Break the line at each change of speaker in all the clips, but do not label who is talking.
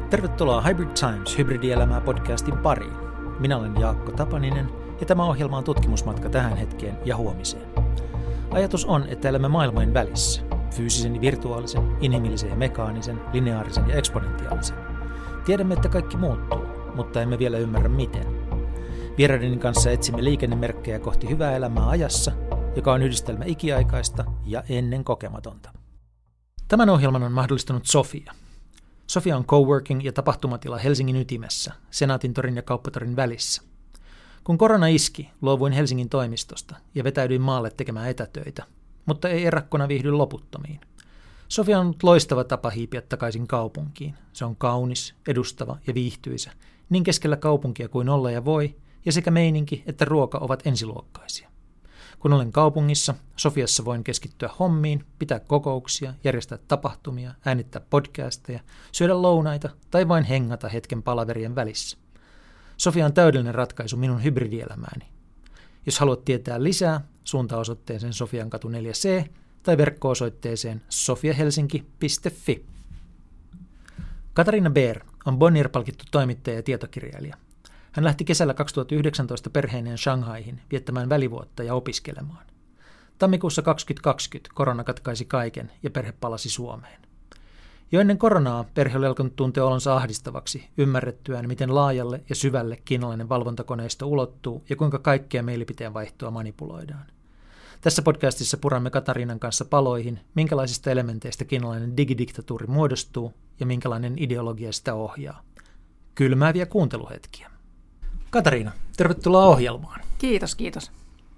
Tervetuloa Hybrid Times hybridielämää podcastin pariin. Minä olen Jaakko Tapaninen ja tämä ohjelma on tutkimusmatka tähän hetkeen ja huomiseen. Ajatus on, että elämme maailmojen välissä. Fyysisen ja virtuaalisen, inhimillisen ja mekaanisen, lineaarisen ja eksponentiaalisen. Tiedämme, että kaikki muuttuu, mutta emme vielä ymmärrä miten. Vieraideni kanssa etsimme liikennemerkkejä kohti hyvää elämää ajassa, joka on yhdistelmä ikiaikaista ja ennen kokematonta. Tämän ohjelman on mahdollistanut Sofia. Sofia on coworking ja tapahtumatila Helsingin ytimessä, Senaatintorin ja Kauppatorin välissä. Kun korona iski, luovuin Helsingin toimistosta ja vetäydyin maalle tekemään etätöitä, mutta ei erakkona viihdy loputtomiin. Sofia on ollut loistava tapa hiipiä takaisin kaupunkiin. Se on kaunis, edustava ja viihtyisä, niin keskellä kaupunkia kuin olla ja voi, ja sekä meininki että ruoka ovat ensiluokkaisia. Kun olen kaupungissa, Sofiassa voin keskittyä hommiin, pitää kokouksia, järjestää tapahtumia, äänittää podcasteja, syödä lounaita tai vain hengata hetken palaverien välissä. Sofia on täydellinen ratkaisu minun hybridielämääni. Jos haluat tietää lisää, suuntaa osoitteeseen Sofiankatu 4C tai verkko-osoitteeseen sofiahelsinki.fi. Katariina Beer on Bonnier-palkittu toimittaja ja tietokirjailija. Hän lähti kesällä 2019 perheineen Shanghaihin viettämään välivuotta ja opiskelemaan. Tammikuussa 2020 korona katkaisi kaiken ja perhe palasi Suomeen. Jo ennen koronaa perhe oli alkanut tuntea olonsa ahdistavaksi, ymmärrettyään, miten laajalle ja syvälle kiinalainen valvontakoneisto ulottuu ja kuinka kaikkea mielipiteen vaihtoa manipuloidaan. Tässä podcastissa puramme Katariinan kanssa paloihin, minkälaisista elementeistä kiinalainen digidiktatuuri muodostuu ja minkälainen ideologia sitä ohjaa. Kylmääviä kuunteluhetkiä. Katariina, tervetuloa ohjelmaan.
Kiitos, kiitos.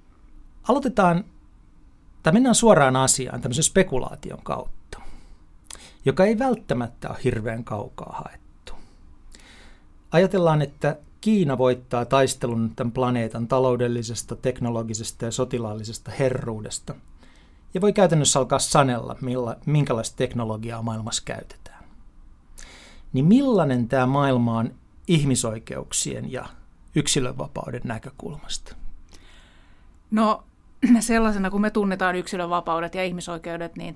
Mennään suoraan asiaan tämmöisen spekulaation kautta, joka ei välttämättä ole hirveän kaukaa haettu. Ajatellaan, että Kiina voittaa taistelun tämän planeetan taloudellisesta, teknologisesta ja sotilaallisesta herruudesta ja voi käytännössä alkaa sanella, minkälaista teknologiaa maailmassa käytetään. Niin millainen tämä maailma on ihmisoikeuksien ja yksilönvapauden näkökulmasta?
No sellaisena, kun me tunnetaan yksilönvapaudet ja ihmisoikeudet, niin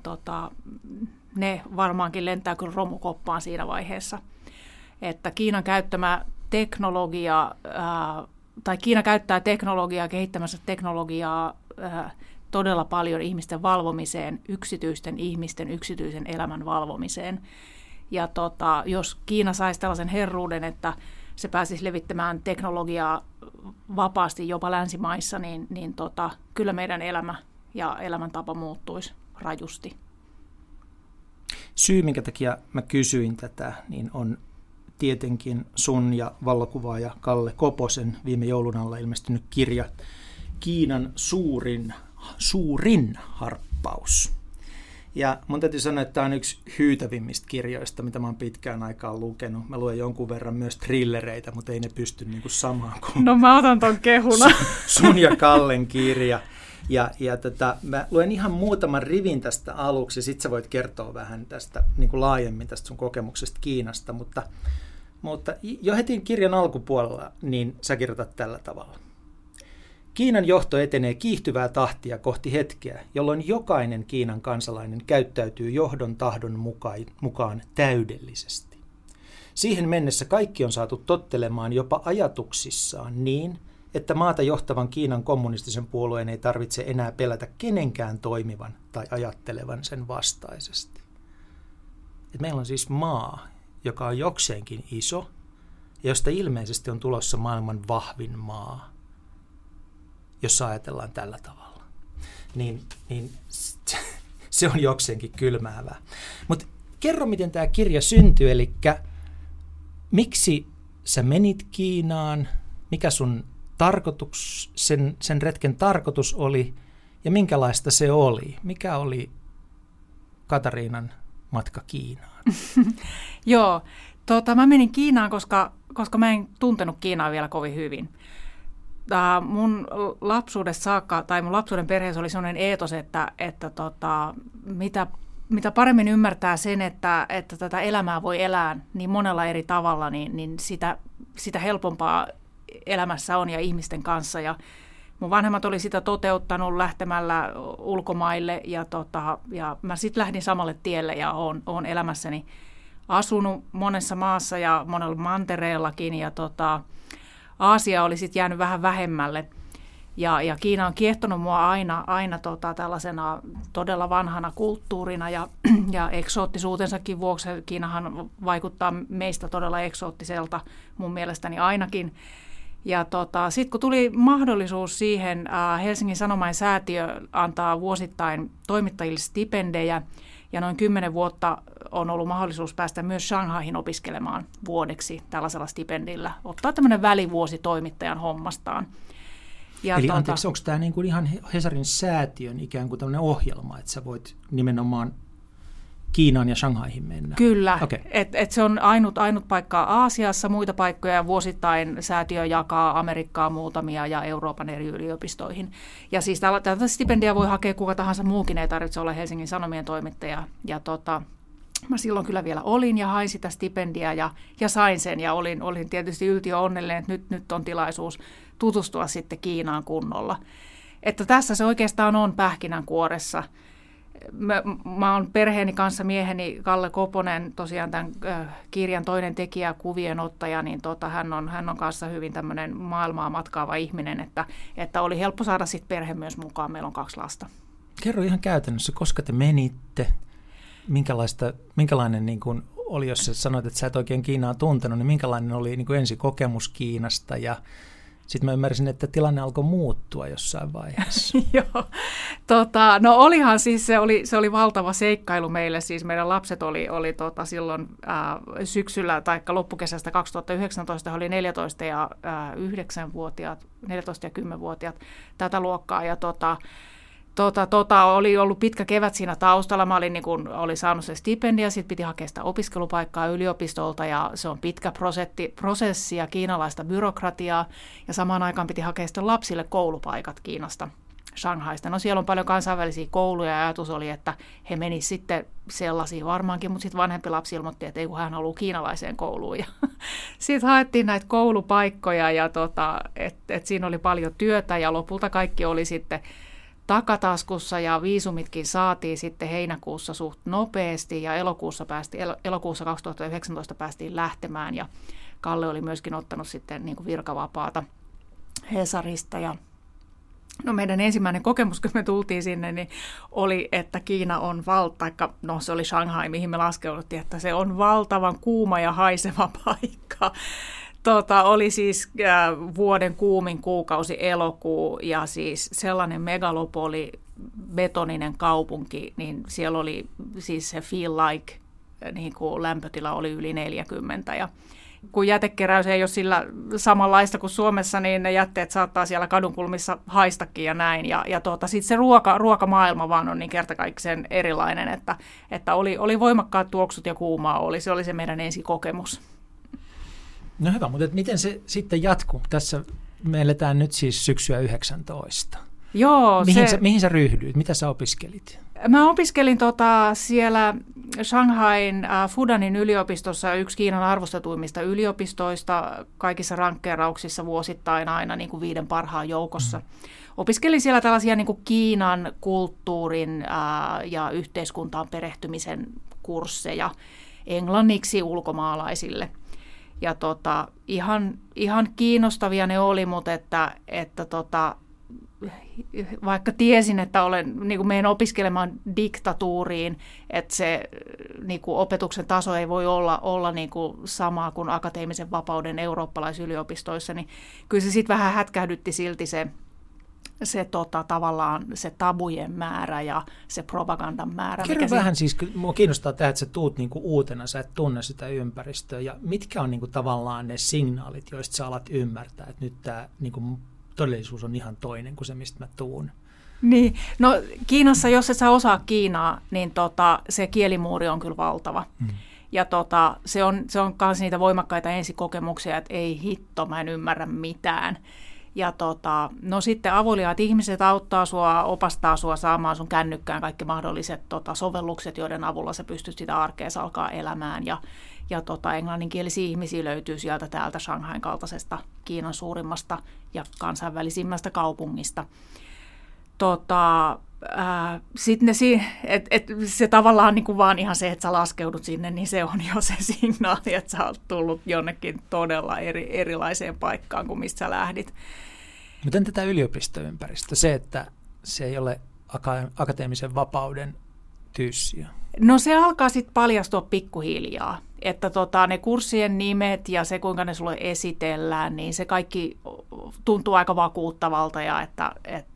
ne varmaankin lentää kyllä romukoppaan siinä vaiheessa. Että Kiinan käyttämä teknologia, tai Kiina käyttää teknologiaa, kehittämässä teknologiaa todella paljon ihmisten valvomiseen, yksityisten ihmisten yksityisen elämän valvomiseen. Ja jos Kiina saisi tällaisen herruuden, että se pääsisi levittämään teknologiaa vapaasti jopa länsimaissa, niin kyllä meidän elämä ja elämäntapa muuttuisi rajusti.
Syy, minkä takia mä kysyin tätä, niin on tietenkin sun ja valokuvaaja Kalle Koposen viime joulun alla ilmestynyt kirja Kiinan suurin harppaus. Ja mun täytyy sanoa, että tämä on yksi hyytävimmistä kirjoista, mitä mä oon pitkään aikaan lukenut. Mä luen jonkun verran myös thrillereitä, mutta ei ne pysty niinku samaan kuin
no mä otan ton kehuna.
Sun ja Kallen kirja. Mä luen ihan muutaman rivin tästä aluksi, ja sit sä voit kertoa vähän tästä niinku laajemmin tästä sun kokemuksesta Kiinasta. Mutta jo heti kirjan alkupuolella niin sä kirjoitat tällä tavalla. Kiinan johto etenee kiihtyvää tahtia kohti hetkeä, jolloin jokainen Kiinan kansalainen käyttäytyy johdon tahdon mukaan täydellisesti. Siihen mennessä kaikki on saatu tottelemaan jopa ajatuksissaan niin, että maata johtavan Kiinan kommunistisen puolueen ei tarvitse enää pelätä kenenkään toimivan tai ajattelevan sen vastaisesti. Et meillä on siis maa, joka on jokseenkin iso ja josta ilmeisesti on tulossa maailman vahvin maa. Jos ajatellaan tällä tavalla, niin se on jokseenkin kylmäävää. Mutta kerro, miten tämä kirja syntyi, eli miksi sä menit Kiinaan, mikä sun tarkoitus, sen retken tarkoitus oli ja minkälaista se oli? Mikä oli Katariinan matka Kiinaan?
Joo, mä menin Kiinaan, koska mä en tuntenut Kiinaa vielä kovin hyvin. Mun lapsuudesta saakka, tai mun lapsuuden perheessä oli sellainen eetos, että mitä paremmin ymmärtää sen, että tätä elämää voi elää niin monella eri tavalla, niin sitä helpompaa elämässä on ja ihmisten kanssa. Ja mun vanhemmat oli sitä toteuttanut lähtemällä ulkomaille, ja mä sitten lähdin samalle tielle ja oon elämässäni asunut monessa maassa ja monella mantereellakin, ja Aasia oli sitten jäänyt vähän vähemmälle. Ja Kiina on kiehtonut mua aina tällaisena todella vanhana kulttuurina ja eksoottisuutensakin vuoksi. Kiinahan vaikuttaa meistä todella eksoottiselta mun mielestäni ainakin. Ja sitten kun tuli mahdollisuus siihen, Helsingin Sanomain säätiö antaa vuosittain toimittajille stipendejä, ja noin 10 vuotta on ollut mahdollisuus päästä myös Shanghaihin opiskelemaan vuodeksi tällaisella stipendillä, ottaa tämmöinen välivuosi toimittajan hommastaan. Ja
eli anteeksi, onko tämä niinku ihan Hesarin säätiön ikään kuin tämmöinen ohjelma, että sä voit nimenomaan Kiinaan ja Shanghaihin mennä?
Kyllä, okay. Et se on ainut paikka Aasiassa, muita paikkoja vuosittain säätiö jakaa Amerikkaa muutamia ja Euroopan eri yliopistoihin. Ja siis tätä stipendiä voi hakea kuka tahansa muukin, ei tarvitse olla Helsingin Sanomien toimittaja. Ja mä silloin kyllä vielä olin ja hain sitä stipendiä ja sain sen ja olin tietysti yltiö onnellinen, että nyt on tilaisuus tutustua sitten Kiinaan kunnolla. Että tässä se oikeastaan on pähkinänkuoressa. Mä oon perheeni kanssa mieheni Kalle Koponen, tosiaan tämän kirjan toinen tekijä, kuvien ottaja, niin hän on kanssa hyvin tämmöinen maailmaa matkaava ihminen, että oli helppo saada sitten perhe myös mukaan. Meillä on 2 lasta.
Kerro ihan käytännössä, koska te menitte, minkälainen niin kuin oli, jos sä sanoit, että sä et oikein Kiinaa tuntenut, niin minkälainen oli niin kuin ensikokemus Kiinasta ja sitten mä ymmärsin, että tilanne alkoi muuttua jossain vaiheessa.
Joo, no olihan siis, se oli valtava seikkailu meille, siis meidän lapset oli silloin syksyllä tai loppukesästä 2019, oli 14 ja 9-vuotiaat, 14 ja 10-vuotiaat tätä luokkaa, ja oli ollut pitkä kevät siinä taustalla. Mä olin saanut se stipendia, sitten piti hakea sitä opiskelupaikkaa yliopistolta, ja se on pitkä prosessi ja kiinalaista byrokratiaa, ja samaan aikaan piti hakea sitten lapsille koulupaikat Kiinasta, Shanghaista. No siellä on paljon kansainvälisiä kouluja, ja ajatus oli, että he menisivät sitten sellaisiin varmaankin, mutta sitten vanhempi lapsi ilmoitti, että ei kun hän haluaa kiinalaiseen kouluun. Sitten haettiin näitä koulupaikkoja, ja et siinä oli paljon työtä, ja lopulta kaikki oli sitten takataskussa, ja viisumitkin saatiin sitten heinäkuussa suht nopeasti, ja elokuussa 2019 päästiin lähtemään, ja Kalle oli myöskin ottanut sitten niin kuin virkavapaata Hesarista. Ja no meidän ensimmäinen kokemus, kun me tultiin sinne, niin oli, että Kiina on se oli Shanghai, mihin me laskeuduttiin, että se on valtavan kuuma ja haiseva paikka. Oli siis vuoden kuumin kuukausi elokuu, ja siis sellainen megalopoli, betoninen kaupunki, niin siellä oli siis se feel like, niin kuin lämpötila oli yli 40, ja kun jätekeräys ei ole sillä samanlaista kuin Suomessa, niin ne jätteet saattaa siellä kadunkulmissa haistakin ja näin, ja sitten se ruokamaailma vaan on niin kertakaikkisen erilainen, että oli voimakkaat tuoksut ja kuumaa se oli se meidän ensikokemus.
No hyvä, mutta miten se sitten jatkuu? Tässä me eletään nyt siis syksyä 19.
Joo.
Mihin sä ryhdyit? Mitä sä opiskelit?
Mä opiskelin siellä Shanghain Fudanin yliopistossa, yksi Kiinan arvostetuimmista yliopistoista, kaikissa rankkeerauksissa vuosittain aina niin kuin 5 parhaan joukossa. Opiskelin siellä tällaisia niin kuin Kiinan kulttuurin ja yhteiskuntaan perehtymisen kursseja englanniksi ulkomaalaisille. Ja ihan kiinnostavia ne oli, mutta että vaikka tiesin, että niin kuin menen opiskelemaan diktatuuriin, että se niin kuin opetuksen taso ei voi olla niin kuin samaa kuin akateemisen vapauden eurooppalaisyliopistoissa, niin kyllä se sitten vähän hätkähdytti silti se tavallaan se tabujen määrä ja se propagandan määrä.
Kerro vähän siis, minua kiinnostaa tämä, että sä tuut niinku uutena, sä et tunne sitä ympäristöä, ja mitkä on niinku tavallaan ne signaalit, joista sä alat ymmärtää, että nyt tämä niinku todellisuus on ihan toinen kuin se, mistä mä tuun.
Niin, no Kiinassa, jos et sä osaa Kiinaa, niin se kielimuuri on kyllä valtava. Ja se on myös niitä voimakkaita ensikokemuksia, että ei hitto, mä en ymmärrä mitään. Ja no sitten avuliaat ihmiset auttaa sua, opastaa sua saamaan sun kännykkään kaikki mahdolliset sovellukset, joiden avulla sä pystyt sitä arkeessa alkaa elämään. Ja englanninkielisiä ihmisiä löytyy sieltä täältä Shanghain kaltaisesta Kiinan suurimmasta ja kansainvälisimmästä kaupungista. sitten se tavallaan niin kuin vaan ihan se, että sä laskeudut sinne, niin se on jo se signaali, että sä oot tullut jonnekin todella erilaiseen paikkaan kuin mistä sä lähdit.
Miten tätä yliopistoympäristöä, se, että se ei ole akateemisen vapauden tyyssiä?
No se alkaa sitten paljastua pikkuhiljaa, että ne kurssien nimet ja se, kuinka ne sulle esitellään, niin se kaikki tuntuu aika vakuuttavalta ja että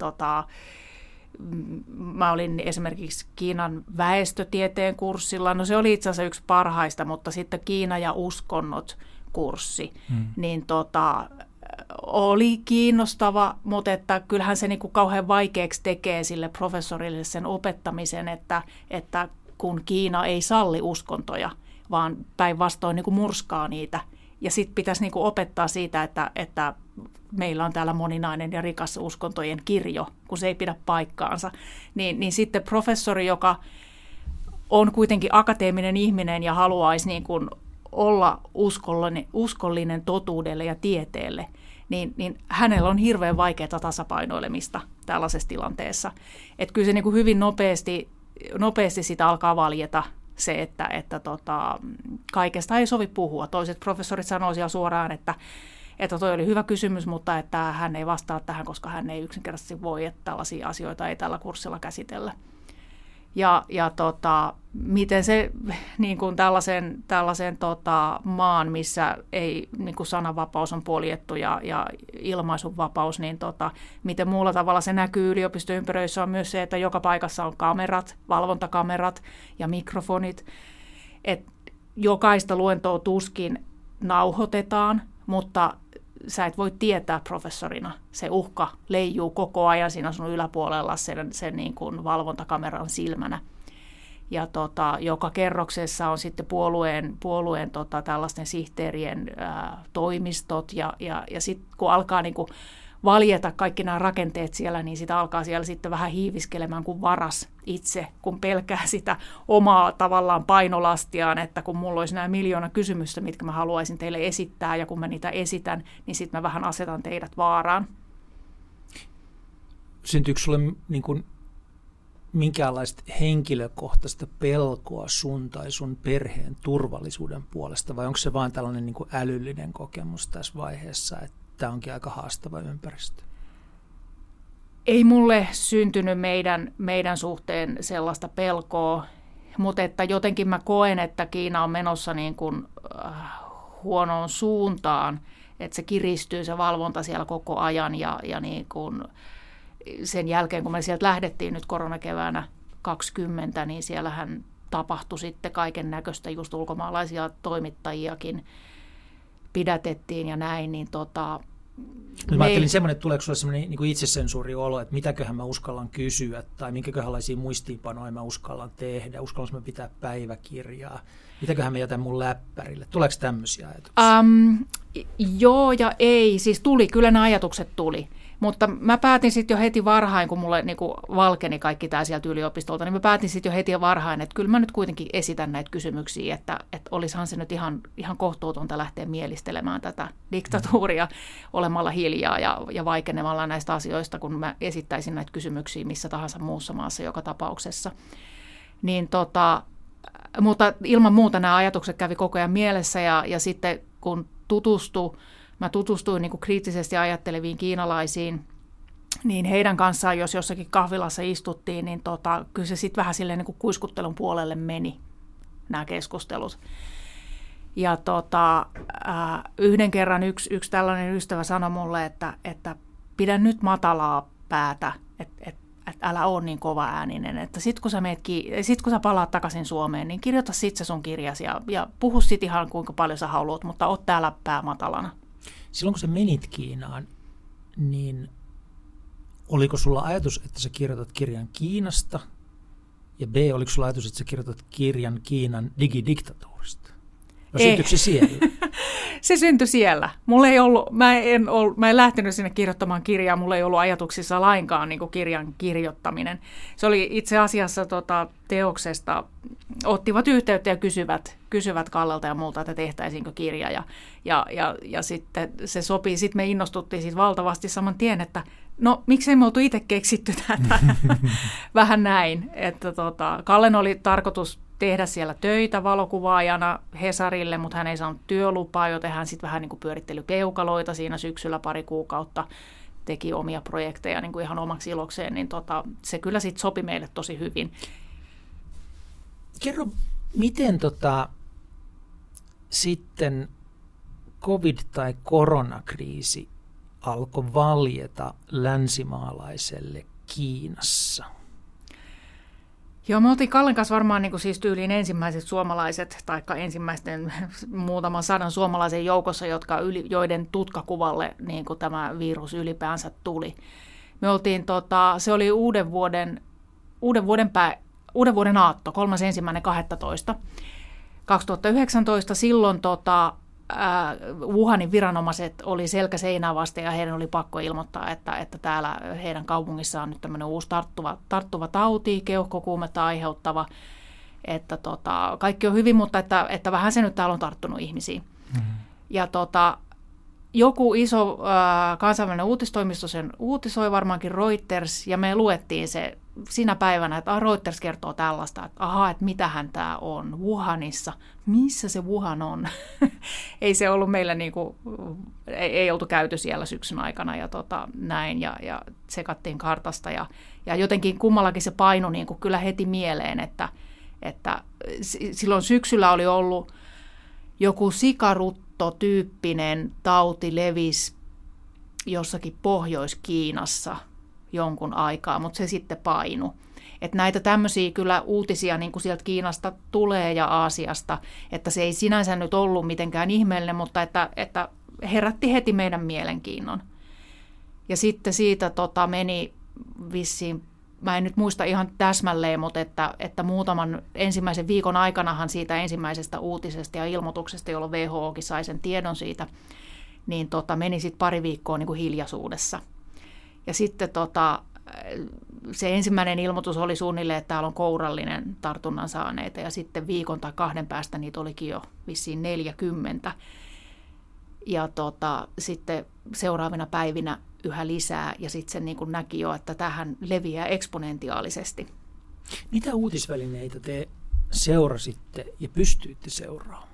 mä olin esimerkiksi Kiinan väestötieteen kurssilla, no se oli itse asiassa yksi parhaista, mutta sitten Kiina ja uskonnot kurssi, niin oli kiinnostava, mutta että kyllähän se niin kuin kauhean vaikeaksi tekee sille professorille sen opettamisen, että kun Kiina ei salli uskontoja, vaan päinvastoin niin kuin murskaa niitä. Ja sitten pitäisi niin kuin opettaa siitä, että meillä on täällä moninainen ja rikas uskontojen kirjo, kun se ei pidä paikkaansa. Niin sitten professori, joka on kuitenkin akateeminen ihminen ja haluaisi niin kuin olla uskollinen totuudelle ja tieteelle, niin hänellä on hirveän vaikeaa tasapainoilemista tällaisessa tilanteessa. Että kyllä se niin kuin hyvin nopeasti sitä alkaa valjeta se, että kaikesta ei sovi puhua. Toiset professorit sanoivat siellä suoraan, että toi oli hyvä kysymys, mutta että hän ei vastaa tähän, koska hän ei yksinkertaisesti voi, että tällaisia asioita ei tällä kurssilla käsitellä. Ja miten se niin kuin tällaisen maan, missä ei niin kuin sananvapaus on poljettu ja ilmaisunvapaus, niin miten muulla tavalla se näkyy yliopistoympyröissä on myös se, että joka paikassa on kamerat, valvontakamerat ja mikrofonit. Et jokaista luentoa tuskin nauhoitetaan, mutta sä et voi tietää professorina. Se uhka leijuu koko ajan siinä sun yläpuolella sen niin kuin valvontakameran silmänä. Ja joka kerroksessa on sitten puolueen tällaisten sihteerien toimistot. Ja sitten kun alkaa niin kuin valjeta kaikki nämä rakenteet siellä, niin sitä alkaa siellä sitten vähän hiiviskelemään kuin varas itse, kun pelkää sitä omaa tavallaan painolastiaan, että kun mulla olisi nämä 1 miljoona kysymystä, mitkä mä haluaisin teille esittää, ja kun mä niitä esitän, niin sitten mä vähän asetan teidät vaaraan.
Syntyykö sulle niin kuin minkäänlaista henkilökohtaista pelkoa sun tai sun perheen turvallisuuden puolesta, vai onko se vain tällainen niin kuin älyllinen kokemus tässä vaiheessa, että tämä onkin aika haastava ympäristö?
Ei mulle syntynyt meidän suhteen sellaista pelkoa, mutta että jotenkin mä koen, että Kiina on menossa niin kuin huonoon suuntaan, että se kiristyy se valvonta siellä koko ajan ja niin kuin sen jälkeen, kun me sieltä lähdettiin nyt koronakeväänä 2020, niin siellähän tapahtui sitten kaiken näköistä, just ulkomaalaisia toimittajiakin pidätettiin ja näin, niin
mä ajattelin semmoinen, että tuleeko sulle semmoinen niin kuin itsesensuuriolo, että mitäköhän mä uskallan kysyä tai minkäköhänlaisia muistiinpanoja mä uskallan tehdä, uskallanko mä pitää päiväkirjaa, mitäköhän mä jätän mun läppärille. Tuleeko tämmöisiä ajatuksia?
Joo ja ei, siis kyllä nämä ajatukset tuli. Mutta mä päätin sitten jo heti varhain, kun mulle niinku valkeni kaikki tämä sieltä yliopistolta, niin mä päätin sitten jo heti varhain, että kyllä mä nyt kuitenkin esitän näitä kysymyksiä, että olisihan se nyt ihan kohtuutonta lähteä mielistelemään tätä diktatuuria olemalla hiljaa ja vaikenemalla näistä asioista, kun mä esittäisin näitä kysymyksiä missä tahansa muussa maassa joka tapauksessa. Niin mutta ilman muuta nämä ajatukset kävi koko ajan mielessä ja sitten kun mä tutustuin niin kuin kriittisesti ajatteleviin kiinalaisiin, niin heidän kanssaan, jos jossakin kahvilassa istuttiin, niin kyllä se sitten vähän silleen niin kuin kuiskuttelun puolelle meni nämä keskustelut. Ja yhden kerran yksi tällainen ystävä sanoi mulle, että pidä nyt matalaa päätä, että älä ole niin kova ääninen, että sit kun sä palaat takaisin Suomeen, niin kirjoita sit se sun kirjasi ja puhu sit ihan kuinka paljon sä haluat, mutta oot täällä pää matalana.
Silloin kun sä menit Kiinaan, niin oliko sulla ajatus, että sä kirjoitat kirjan Kiinasta? Ja B, oliko sulla ajatus, että sä kirjoitat kirjan Kiinan digidiktatuurista? Vai syntyykö se siellä?
Se syntyi siellä. Mä en lähtenyt sinne kirjoittamaan kirjaa, mulla ei ollut ajatuksissa lainkaan niin kuin kirjan kirjoittaminen. Se oli itse asiassa teoksesta ottivat yhteyttä ja kysyvät Kallelta ja multa, että tehtäisiinkö kirja. Ja sitten se sopii. Sitten me innostuttiin siitä valtavasti saman tien, että no miksei me oltu itse keksitty tätä. Vähän näin. Että Kallen oli tarkoitus tehdä siellä töitä valokuvaajana Hesarille, mutta hän ei saanut työlupaa, joten hän sitten vähän niin kuin pyöritteli peukaloita siinä syksyllä pari kuukautta, teki omia projekteja niin kuin ihan omaksi ilokseen, niin se kyllä sitten sopi meille tosi hyvin.
Kerro, miten sitten covid- tai koronakriisi alkoi valjeta länsimaalaiselle Kiinassa?
Joo, me oltiin Kallen kanssa varmaan niin kuin siis tyyliin ensimmäiset suomalaiset, tai ensimmäisten muutaman 100 suomalaisen joukossa, joiden tutkakuvalle niin kuin tämä virus ylipäänsä tuli. Me oltiin, se oli uuden vuoden aatto, 3.1.12.2019. Silloin Wuhanin viranomaiset oli selkä seinää vasten ja heidän oli pakko ilmoittaa, että täällä heidän kaupungissaan on nyt tämmöinen uusi tarttuva tauti, keuhkokuumetta aiheuttava, että kaikki on hyvin, mutta että vähän se nyt täällä on tarttunut ihmisiin. Mm-hmm. Ja joku iso kansainvälinen uutistoimisto sen uutisoi, varmaankin Reuters, ja me luettiin se sinä päivänä, että Reuters kertoo tällaista, että että mitähän tämä on Wuhanissa, missä se Wuhan on. Ei se ollut meillä, ei oltu käyty siellä syksyn aikana ja näin, ja tsekattiin kartasta, ja jotenkin kummallakin se painui niin kuin kyllä heti mieleen, että silloin syksyllä oli ollut joku sikarutto-tyyppinen tauti levisi jossakin Pohjois-Kiinassa jonkun aikaa, mutta se sitten painui. Että näitä tämmöisiä kyllä uutisia niin kuin sieltä Kiinasta tulee ja Aasiasta, että se ei sinänsä nyt ollut mitenkään ihmeellinen, mutta että herätti heti meidän mielenkiinnon. Ja sitten siitä meni vissiin, mä en nyt muista ihan täsmälleen, mutta että muutaman ensimmäisen viikon aikanahan siitä ensimmäisestä uutisesta ja ilmoituksesta, jolloin WHOkin sai sen tiedon siitä, niin meni sitten pari viikkoa niin kuin hiljaisuudessa. Ja sitten se ensimmäinen ilmoitus oli suunnilleen, että täällä on kourallinen tartunnan saaneita, ja sitten viikon tai 2 päästä niitä olikin jo vissiin 40. Ja sitten seuraavina päivinä yhä lisää, ja sitten se niin kuin näki jo, että tähän leviää eksponentiaalisesti.
Mitä uutisvälineitä te seurasitte ja pystyitte seuraamaan?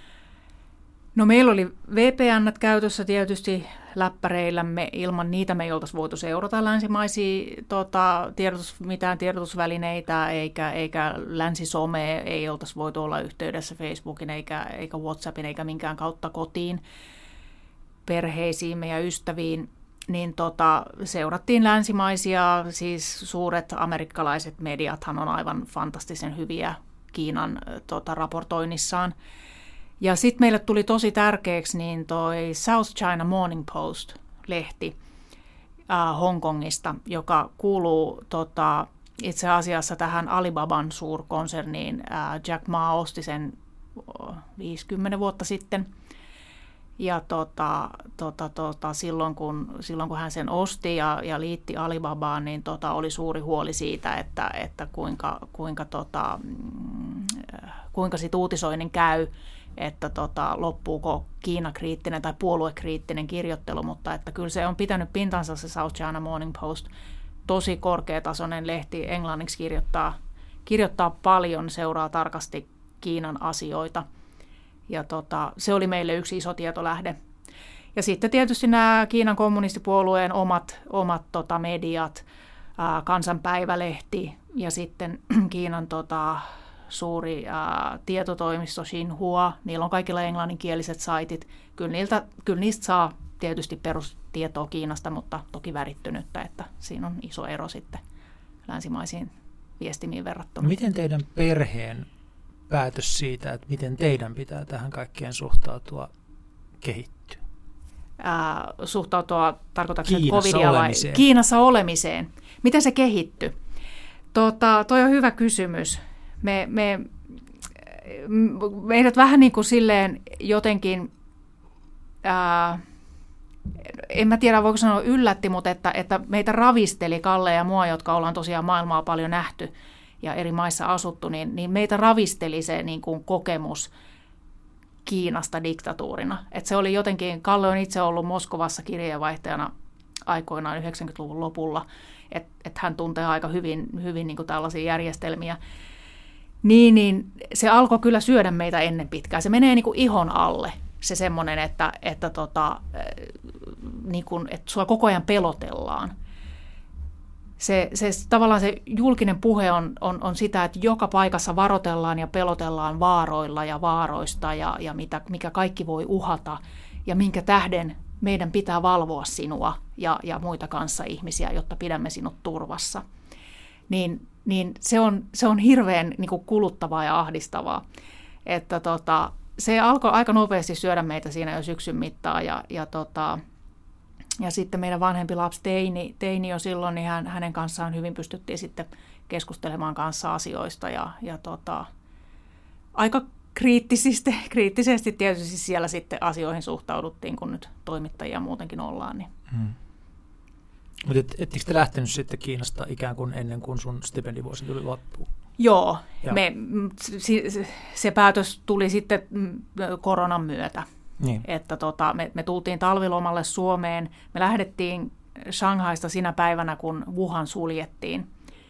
No meillä oli VPN:t käytössä tietysti läppäreillämme. Ilman niitä me ei oltaisi voitu seurata länsimaisia mitään tiedotusvälineitä, eikä länsisomea, ei oltaisi voitu olla yhteydessä Facebookin eikä WhatsAppin eikä minkään kautta kotiin, perheisiimme ja ystäviin. Niin seurattiin länsimaisia, siis suuret amerikkalaiset mediathan on aivan fantastisen hyviä Kiinan raportoinnissaan. Ja sitten meille tuli tosi tärkeäksi niin toi South China Morning Post-lehti Hongkongista, joka kuuluu itse asiassa tähän Alibaban suurkonserniin. Jack Ma osti sen 50 vuotta sitten. Ja silloin kun hän sen osti ja liitti Alibabaan, niin oli suuri huoli siitä, että kuinka sit uutisoinnin käy, että loppuuko Kiina-kriittinen tai puoluekriittinen kirjoittelu, mutta että kyllä se on pitänyt pintansa se South China Morning Post. Tosi korkeatasoinen lehti, englanniksi kirjoittaa paljon, seuraa tarkasti Kiinan asioita. Ja se oli meille yksi iso tietolähde. Ja sitten tietysti nämä Kiinan kommunistipuolueen omat mediat, Kansanpäivälehti ja sitten Kiinan suuri tietotoimisto Xinhua, niillä on kaikilla englanninkieliset saitit. Kyllä niistä saa tietysti perustietoa Kiinasta, mutta toki värittynyttä, että siinä on iso ero sitten länsimaisiin viestimiin verrattuna.
No miten teidän perheen päätös siitä, että miten teidän pitää tähän kaikkeen suhtautua, kehittyy?
Suhtautua, tarkoitatko
Kiinassa
covidia vai?
Olemiseen.
Kiinassa olemiseen. Miten se kehittyi? Toi on hyvä kysymys. Meidät vähän niin kuin silleen jotenkin, en mä tiedä voiko sanoa yllätti, mutta että meitä ravisteli Kalle ja mua, jotka ollaan tosiaan maailmaa paljon nähty, ja eri maissa asuttu, niin meitä ravisteli se niin kuin kokemus Kiinasta diktatuurina. Et se oli jotenkin, Kalle on itse ollut Moskovassa kirjeenvaihtajana aikoinaan 90-luvun lopulla, että hän tuntee aika hyvin niin kuin tällaisia järjestelmiä. Niin se alkoi kyllä syödä meitä ennen pitkään. Se menee niin kuin ihon alle, se semmoinen, että sua koko ajan pelotellaan. Tavallaan se julkinen puhe on sitä, että joka paikassa varoitellaan ja pelotellaan vaaroilla ja vaaroista ja mikä kaikki voi uhata ja minkä tähden meidän pitää valvoa sinua ja muita kanssaihmisiä, jotta pidämme sinut turvassa. Niin se on hirveän niin kuin kuluttavaa ja ahdistavaa. Että se alkoi aika nopeasti syödä meitä siinä jo syksyn mittaan ja sitten meidän vanhempi lapsi teini jo silloin, niin hänen kanssaan hyvin pystyttiin sitten keskustelemaan kanssa asioista ja aika kriittisesti tietysti siellä sitten asioihin suhtauduttiin, kun nyt toimittajia muutenkin ollaan. Niin.
Mutta ettekö te lähtenyt sitten Kiinasta ikään kuin ennen kuin sun stipendivuosi tuli loppuun?
Joo, se päätös tuli sitten koronan myötä. Niin. Että me tultiin talvilomalle Suomeen. Me lähdettiin Shanghaista sinä päivänä, kun Wuhan suljettiin.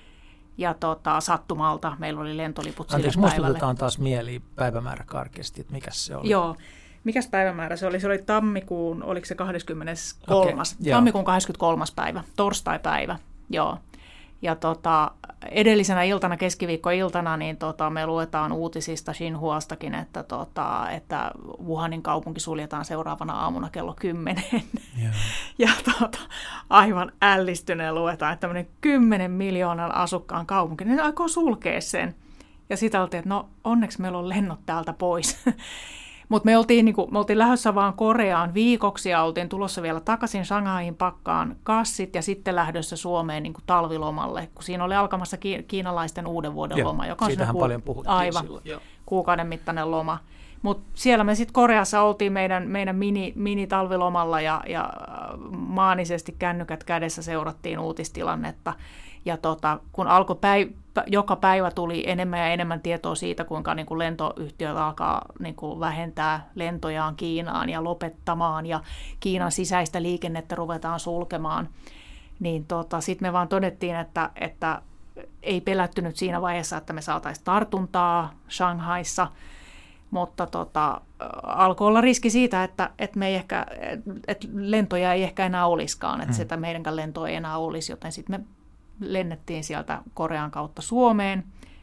Ja sattumalta meillä oli lentoliput sille päivälle.
Muistutetaan taas mieliin päivämäärä karkeasti, että mikäs se oli?
Joo. Mikäs päivämäärä se oli? Se oli tammikuun, oliko se 23. Okay, tammikuun 23. päivä, torstaipäivä, joo. Ja edellisenä iltana, keskiviikkoiltana, niin me luetaan uutisista Xinhuastakin, että Wuhanin kaupunki suljetaan seuraavana aamuna kello 10. Yeah. Ja aivan ällistyneen luetaan, että tämmöinen 10 miljoonan asukkaan kaupunki, niin aikoo sulkea sen. Ja sitten oltiin, että no onneksi meillä on lennot täältä pois. Mutta me oltiin lähdössä vaan Koreaan viikoksi ja oltiin tulossa vielä takaisin Shanghaihin pakkaan kassit ja sitten lähdössä Suomeen niin kuin talvilomalle, kun siinä oli alkamassa kiinalaisten uuden vuoden loma, joka on
siitähän paljon puhuttiin
aivan silloin. Kuukauden mittainen loma. Mutta siellä me sitten Koreassa oltiin meidän mini-talvilomalla ja maanisesti kännykät kädessä seurattiin uutistilannetta. Ja kun alkoi joka päivä tuli enemmän ja enemmän tietoa siitä, kuinka niin kuin lentoyhtiöt alkaa niin kuin vähentää lentojaan Kiinaan ja lopettamaan, ja Kiinan sisäistä liikennettä ruvetaan sulkemaan, niin sitten me vaan todettiin, että ei pelättynyt siinä vaiheessa, että me saataisiin tartuntaa Shanghaissa, mutta alkoi olla riski siitä, että me ei ehkä, että lentoja ei ehkä enää olisikaan, että sitä meidänkään lentoa ei enää olisi, joten sitten me lennettiin sieltä Korean kautta Suomeen.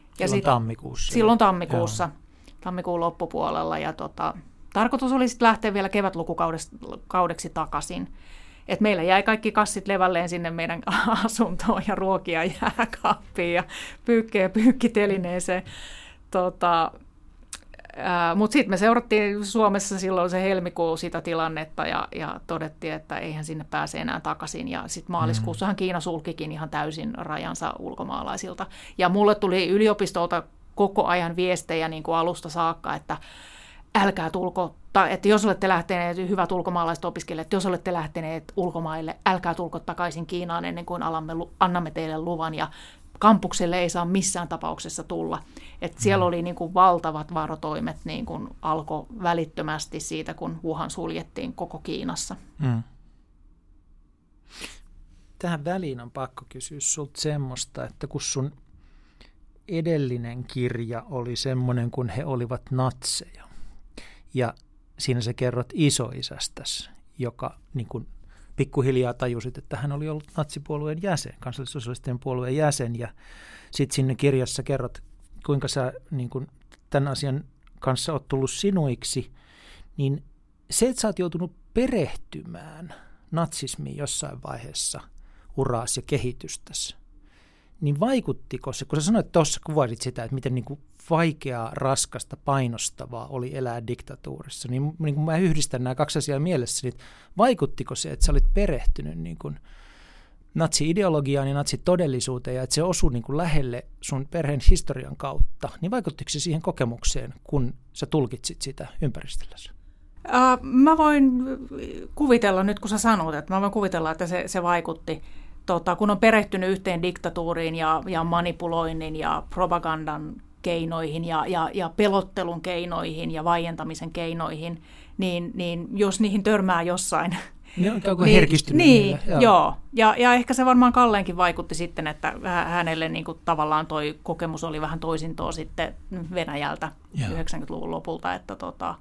Silloin tammikuussa, tammikuun loppupuolella. Ja tarkoitus oli sitten lähteä vielä kevätlukukaudeksi takaisin. Et meillä jäi kaikki kassit levälleen sinne meidän asuntoon ja ruokia jääkaappiin ja pyykkejä pyykkitelineeseen. Mutta sitten me seurattiin Suomessa silloin se helmikuu sitä tilannetta ja todettiin, että eihän sinne pääse enää takaisin. Ja sitten maaliskuussahan Kiina sulkikin ihan täysin rajansa ulkomaalaisilta. Ja mulle tuli yliopistolta koko ajan viestejä niin kuin alusta saakka, että älkää tulko, että jos olette lähteneet, hyvät ulkomaalaiset opiskelijat, jos olette lähteneet ulkomaille, älkää tulko takaisin Kiinaan ennen kuin annamme teille luvan ja kampukselle ei saa missään tapauksessa tulla. Et siellä oli niin kuin valtavat varotoimet niin kuin alkoi välittömästi siitä, kun Wuhan suljettiin koko Kiinassa.
Tähän väliin on pakko kysyä sulta semmoista, että kun sun edellinen kirja oli semmoinen, kun he olivat natseja, ja siinä sä kerrot isoisästäsi, joka niin kuin pikkuhiljaa tajusit, että hän oli ollut natsipuolueen jäsen, kansallissosialistien puolueen jäsen, ja sitten sinne kirjassa kerrot, kuinka sä niin kun tämän asian kanssa oot tullut sinuiksi, niin se, että sä oot joutunut perehtymään natsismiin jossain vaiheessa uraasi ja kehitystäsi, niin vaikuttiko se, kun sä sanoit tuossa, kuvasit sitä, että miten niin kuin vaikeaa, raskasta, painostavaa oli elää diktatuurissa, niin kun mä yhdistän nämä kaksi asiaa mielessä, niin vaikuttiko se, että sä olit perehtynyt niin kuin natsi-ideologiaan ja natsitodellisuuteen ja että se osui niin kuin lähelle sun perheen historian kautta, niin vaikuttiko se siihen kokemukseen, kun sä tulkitsit sitä ympäristöllesi?
Mä voin kuvitella, nyt kun sä sanot, että mä voin kuvitella, että se vaikutti. kun on perehtynyt yhteen diktatuuriin ja manipuloinnin ja propagandan keinoihin ja pelottelun keinoihin ja vaientamisen keinoihin, niin jos niihin törmää jossain...
Onko herkistynyt niille?
Joo. Ja ehkä se varmaan Kalleenkin vaikutti sitten, että hänelle niin kuin tavallaan toi kokemus oli vähän toisintoa sitten Venäjältä 90-luvun lopulta, että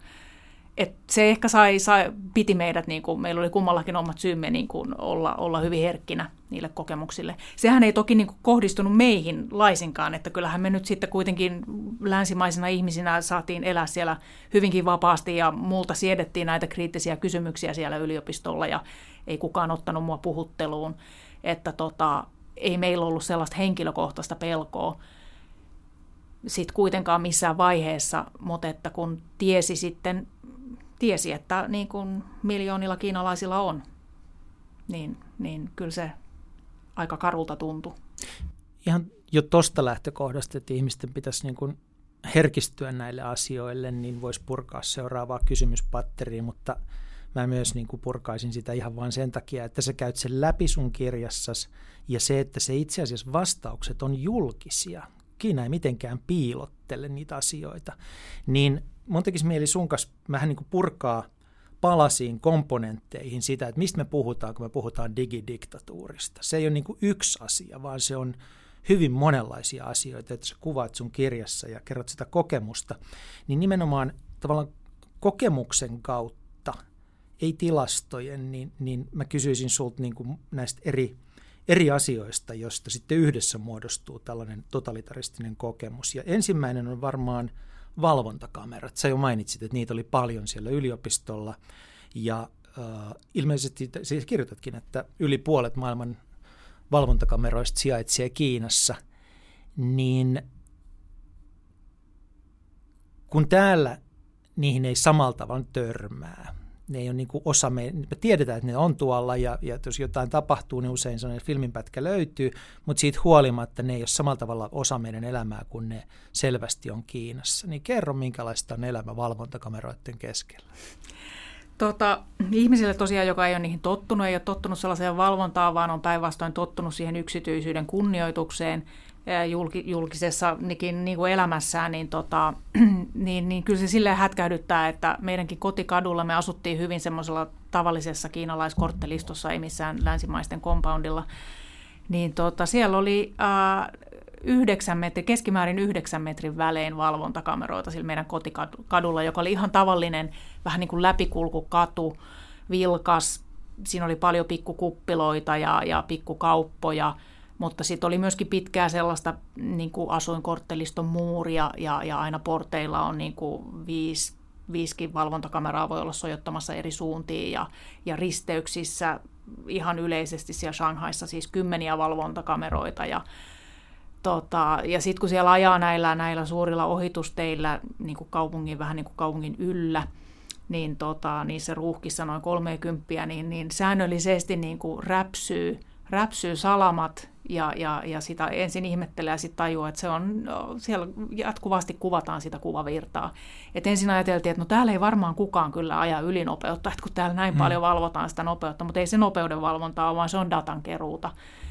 se ehkä piti meidät, niin kuin, meillä oli kummallakin omat syymme niin kuin olla hyvin herkkinä niille kokemuksille. Sehän ei toki niin kuin kohdistunut meihin laisinkaan, että kyllähän me nyt sitten kuitenkin länsimaisina ihmisinä saatiin elää siellä hyvinkin vapaasti ja multa siedettiin näitä kriittisiä kysymyksiä siellä yliopistolla ja ei kukaan ottanut mua puhutteluun, että ei meillä ollut sellaista henkilökohtaista pelkoa sitten kuitenkaan missään vaiheessa, mutta että kun tiesi, että niin kuin miljoonilla kiinalaisilla on, niin kyllä se aika karulta tuntui.
Ihan jo tuosta lähtökohdasta, että ihmisten pitäisi niin kuin herkistyä näille asioille, niin voisi purkaa seuraavaa kysymyspatteriin, mutta mä myös niin kuin purkaisin sitä ihan vain sen takia, että sä käyt sen läpi sun kirjassasi ja se, että se itse asiassa vastaukset on julkisia. Kiina ei mitenkään piilottele niitä asioita, niin mun tekisi mieli sun kanssa vähän niin kuin purkaa palasiin komponentteihin sitä, että mistä me puhutaan, kun me puhutaan digidiktatuurista. Se ei ole niin kuin yksi asia, vaan se on hyvin monenlaisia asioita, että sä kuvaat sun kirjassa ja kerrot sitä kokemusta, niin nimenomaan tavallaan kokemuksen kautta, ei tilastojen, niin mä kysyisin sulta niin kuin näistä eri asioista, joista sitten yhdessä muodostuu tällainen totalitaristinen kokemus. Ja ensimmäinen on varmaan valvontakamerat. Sä jo mainitsit, että niitä oli paljon siellä yliopistolla ja ilmeisesti siis kirjoitatkin, että yli puolet maailman valvontakameroista sijaitsee Kiinassa, niin kun täällä niihin ei samalla tavalla törmää, ne ei ole niin kuin osa me tiedetään, että ne on tuolla ja jos jotain tapahtuu, niin usein sellainen filminpätkä löytyy, mutta siitä huolimatta ne ei ole samalla tavalla osa meidän elämää, kun ne selvästi on Kiinassa. Niin kerro, minkälaista on elämä valvontakameroiden keskellä.
Ihmisille tosiaan, joka ei ole niihin tottunut, ei ole tottunut sellaiseen valvontaan, vaan on päinvastoin tottunut siihen yksityisyyden kunnioitukseen julkisessa niin kuin elämässään, niin kyllä se silleen hätkähdyttää, että meidänkin kotikadulla me asuttiin hyvin semmoisella tavallisessa kiinalaiskorttelistossa, ei missään länsimaisten compoundilla, niin siellä oli keskimäärin 9 metrin välein valvontakameroita sillä meidän kotikadulla, joka oli ihan tavallinen, vähän niin kuin läpikulkukatu, vilkas, siinä oli paljon pikkukuppiloita ja pikkukauppoja, mutta sitten oli myöskin pitkää sellaista niin kuin asuinkortteliston muuria ja aina porteilla on niin kuin viisikin valvontakameraa voi olla sojottamassa eri suuntiin ja risteyksissä ihan yleisesti siellä Shanghaissa siis 10 valvontakameroita ja sitten kun siellä ajaa näillä suurilla ohitusteillä niin kuin vähän niin kuin kaupungin yllä, niin niissä ruuhkissa noin 30, niin säännöllisesti niin kuin räpsyy salamat ja sitä ensin ihmettelee ja sitten tajuaa, että siellä jatkuvasti kuvataan sitä kuvavirtaa. Et ensin ajateltiin, että no täällä ei varmaan kukaan kyllä aja ylinopeutta, että kun täällä näin paljon valvotaan sitä nopeutta, mutta ei se nopeuden valvontaa, vaan se on datan keruuta.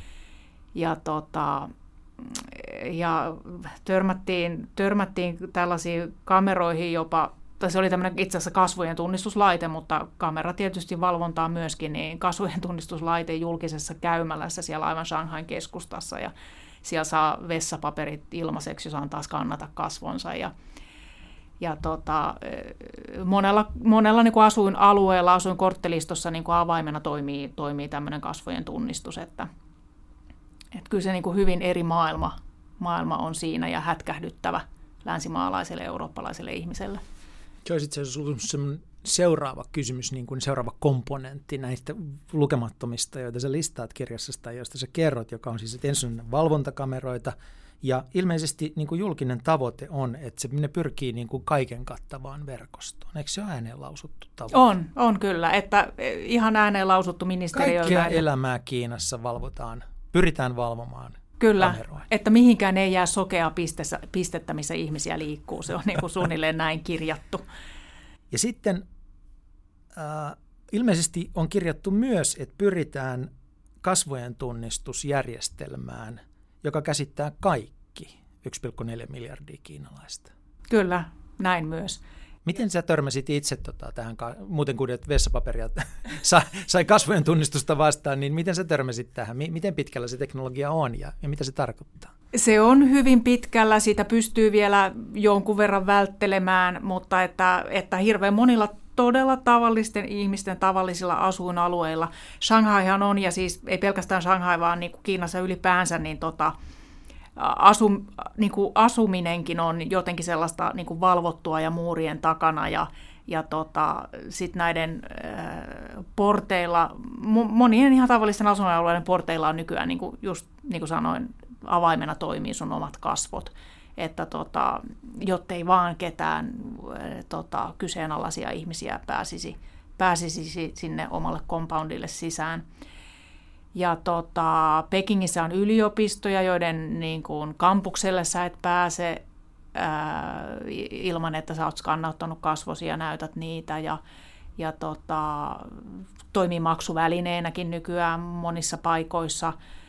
Ja törmättiin tällaisiin kameroihin jopa, tai se oli tämmöinen itse asiassa kasvojen tunnistuslaite, mutta kamera tietysti valvontaa myöskin, niin kasvojen tunnistuslaite julkisessa käymälässä siellä aivan Shanghain keskustassa, ja siellä saa vessapaperit ilmaiseksi, jos antaa skannata kasvonsa, ja monella niin kuin asuinalueella, asuinkorttelistossa niin kuin avaimena toimii tämmöinen kasvojen tunnistus, että kyllä se niin kuin hyvin eri maailma on siinä ja hätkähdyttävä länsimaalaiselle ja eurooppalaiselle ihmiselle.
Se olisi itse asiassa seuraava kysymys, niin kuin seuraava komponentti näistä lukemattomista, joita sä listaat kirjassasi tai joista sä kerrot, joka on siis ensin valvontakameroita. Ja ilmeisesti niin kuin julkinen tavoite on, että ne pyrkii niin kuin kaiken kattavaan verkostoon. Eikö se ole ääneen lausuttu tavoite?
On kyllä, että ihan ääneen lausuttu ministeriöltä.
Kaikkea elämää Kiinassa pyritään valvomaan.
Kyllä,
kameroin.
Että mihinkään ei jää sokea pistettä, missä ihmisiä liikkuu. Se on niin kuin suunnilleen näin kirjattu.
Ja sitten ilmeisesti on kirjattu myös, että pyritään kasvojen tunnistusjärjestelmään, joka käsittää kaikki 1,4 miljardia kiinalaista.
Kyllä, näin myös.
Miten sä törmäsit itse tähän, muuten kuin vessapaperia sai kasvojen tunnistusta vastaan, niin miten sä törmäsit tähän? Miten pitkällä se teknologia on ja mitä se tarkoittaa?
Se on hyvin pitkällä, sitä pystyy vielä jonkun verran välttelemään, mutta että hirveän monilla todella tavallisten ihmisten tavallisilla asuinalueilla. Shanghaihan on, ja siis ei pelkästään Shanghai, vaan niin kuin Kiinassa ylipäänsä, niin asuminenkin on jotenkin sellaista niin kuin valvottua ja muurien takana, ja sitten näiden porteilla, monien ihan tavallisten asuinalueiden porteilla on nykyään, just niin kuin sanoin, avaimena toimii sun omat kasvot, että jottei vaan ketään kyseenalaisia ihmisiä pääsisi sinne omalle compoundille sisään. Ja Pekingissä on yliopistoja, joiden niin kuin kampukselle sä et pääse ilman, että sä oot skannauttanut kasvosi ja näytät niitä. Ja toimii maksuvälineenäkin nykyään monissa paikoissa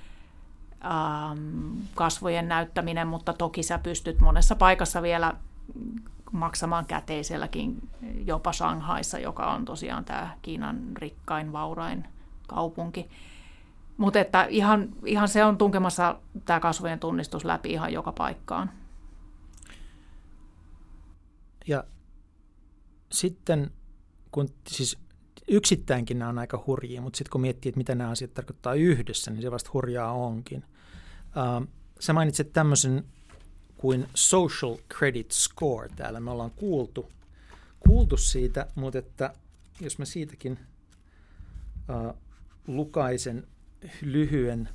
kasvojen näyttäminen, mutta toki sä pystyt monessa paikassa vielä maksamaan käteiselläkin, jopa Shanghaissa, joka on tosiaan tämä Kiinan rikkain, vaurain kaupunki. Mutta että ihan se on tunkemassa tämä kasvojen tunnistus läpi ihan joka paikkaan.
Ja sitten, kun siis yksittäinkin nämä on aika hurjia, mutta sitten kun miettii, että mitä nämä asiat tarkoittaa yhdessä, niin se vasta hurjaa onkin. Sä mainitsit tämmöisen kuin social credit score täällä. Me ollaan kuultu siitä, mutta että jos mä siitäkin lukaisen lyhyen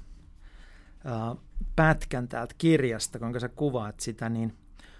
pätkän täältä kirjasta, kuinka sä kuvaat sitä, niin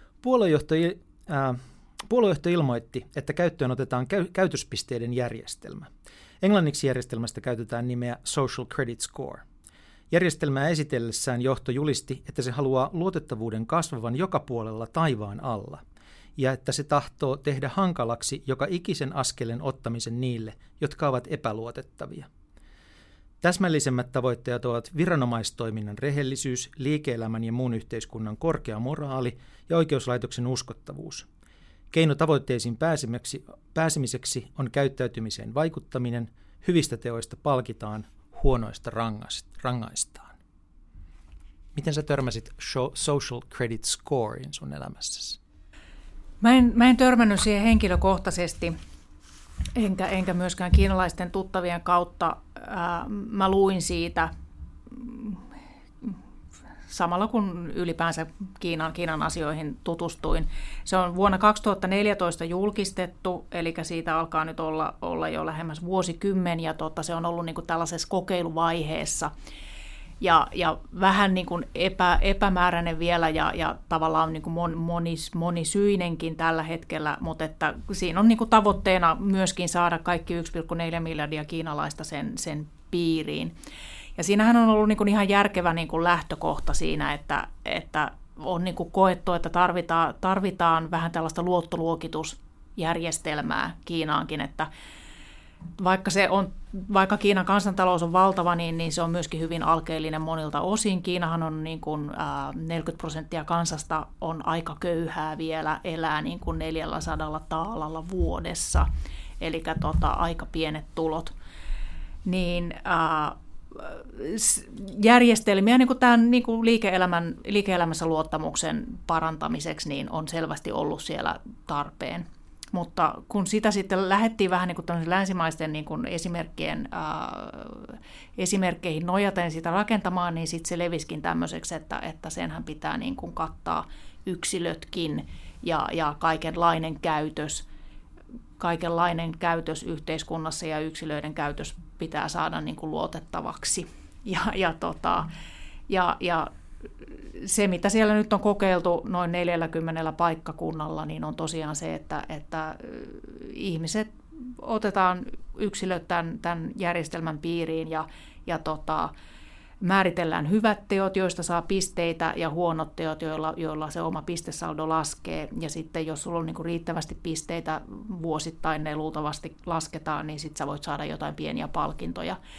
puoluejohto ilmoitti, että käyttöön otetaan käytöspisteiden järjestelmä. Englanniksi järjestelmästä käytetään nimeä Social Credit Score. Järjestelmää esitellessään johto julisti, että se haluaa luotettavuuden kasvavan joka puolella taivaan alla, ja että se tahtoo tehdä hankalaksi joka ikisen askelen ottamisen niille, jotka ovat epäluotettavia. Täsmällisemmät tavoitteet ovat viranomaistoiminnan rehellisyys, liike-elämän ja muun yhteiskunnan korkea moraali ja oikeuslaitoksen uskottavuus. Keino tavoitteisiin pääsemiseksi on käyttäytymiseen vaikuttaminen, hyvistä teoista palkitaan, huonoista rangaistaan. Miten sä törmäsit social credit scorein sun elämässäsi?
Mä en törmännyt siihen henkilökohtaisesti, enkä myöskään kiinalaisten tuttavien kautta. Mä luin siitä samalla kun ylipäänsä Kiinan asioihin tutustuin. Se on vuonna 2014 julkistettu, eli siitä alkaa nyt olla jo lähemmäs vuosikymmen, ja se on ollut niin kuin tällaisessa kokeiluvaiheessa. Ja vähän niin kuin epämääräinen vielä ja tavallaan niin kuin monisyinenkin tällä hetkellä, mutta että siinä on niin kuin tavoitteena myöskin saada kaikki 1,4 miljardia kiinalaista sen piiriin. Ja siinähän on ollut niin kuin ihan järkevä niin kuin lähtökohta siinä, että on niin kuin koettu, että tarvitaan vähän tällaista luottoluokitusjärjestelmää Kiinaankin, että vaikka Kiinan kansantalous on valtava, niin se on myöskin hyvin alkeellinen monilta osin. Kiinahan on niin kuin 40% kansasta on aika köyhää vielä, elää niin kuin 400 taalalla vuodessa, eli aika pienet tulot. Niin järjestelmiä niin kuin tämän niin kuin liike-elämässä luottamuksen parantamiseksi niin on selvästi ollut siellä tarpeen. Mutta kun sitä sitten lähdettiin vähän niin kuin länsimaisten niin kuin esimerkkeihin nojaten sitä rakentamaan, niin sitten se levisikin tämmöiseksi, että senhän pitää niin kuin kattaa yksilötkin ja kaikenlainen käytös yhteiskunnassa ja yksilöiden käytös pitää saada niin kuin luotettavaksi. Ja se, mitä siellä nyt on kokeiltu noin 40 paikkakunnalla, niin on tosiaan se, että ihmiset otetaan yksilöt tämän järjestelmän piiriin ja määritellään hyvät teot, joista saa pisteitä, ja huonot teot, joilla se oma pistesaldo laskee. Ja sitten jos sulla on niin kuin riittävästi pisteitä, vuosittain ne luultavasti lasketaan, niin sitten sä voit saada jotain pieniä palkintoja.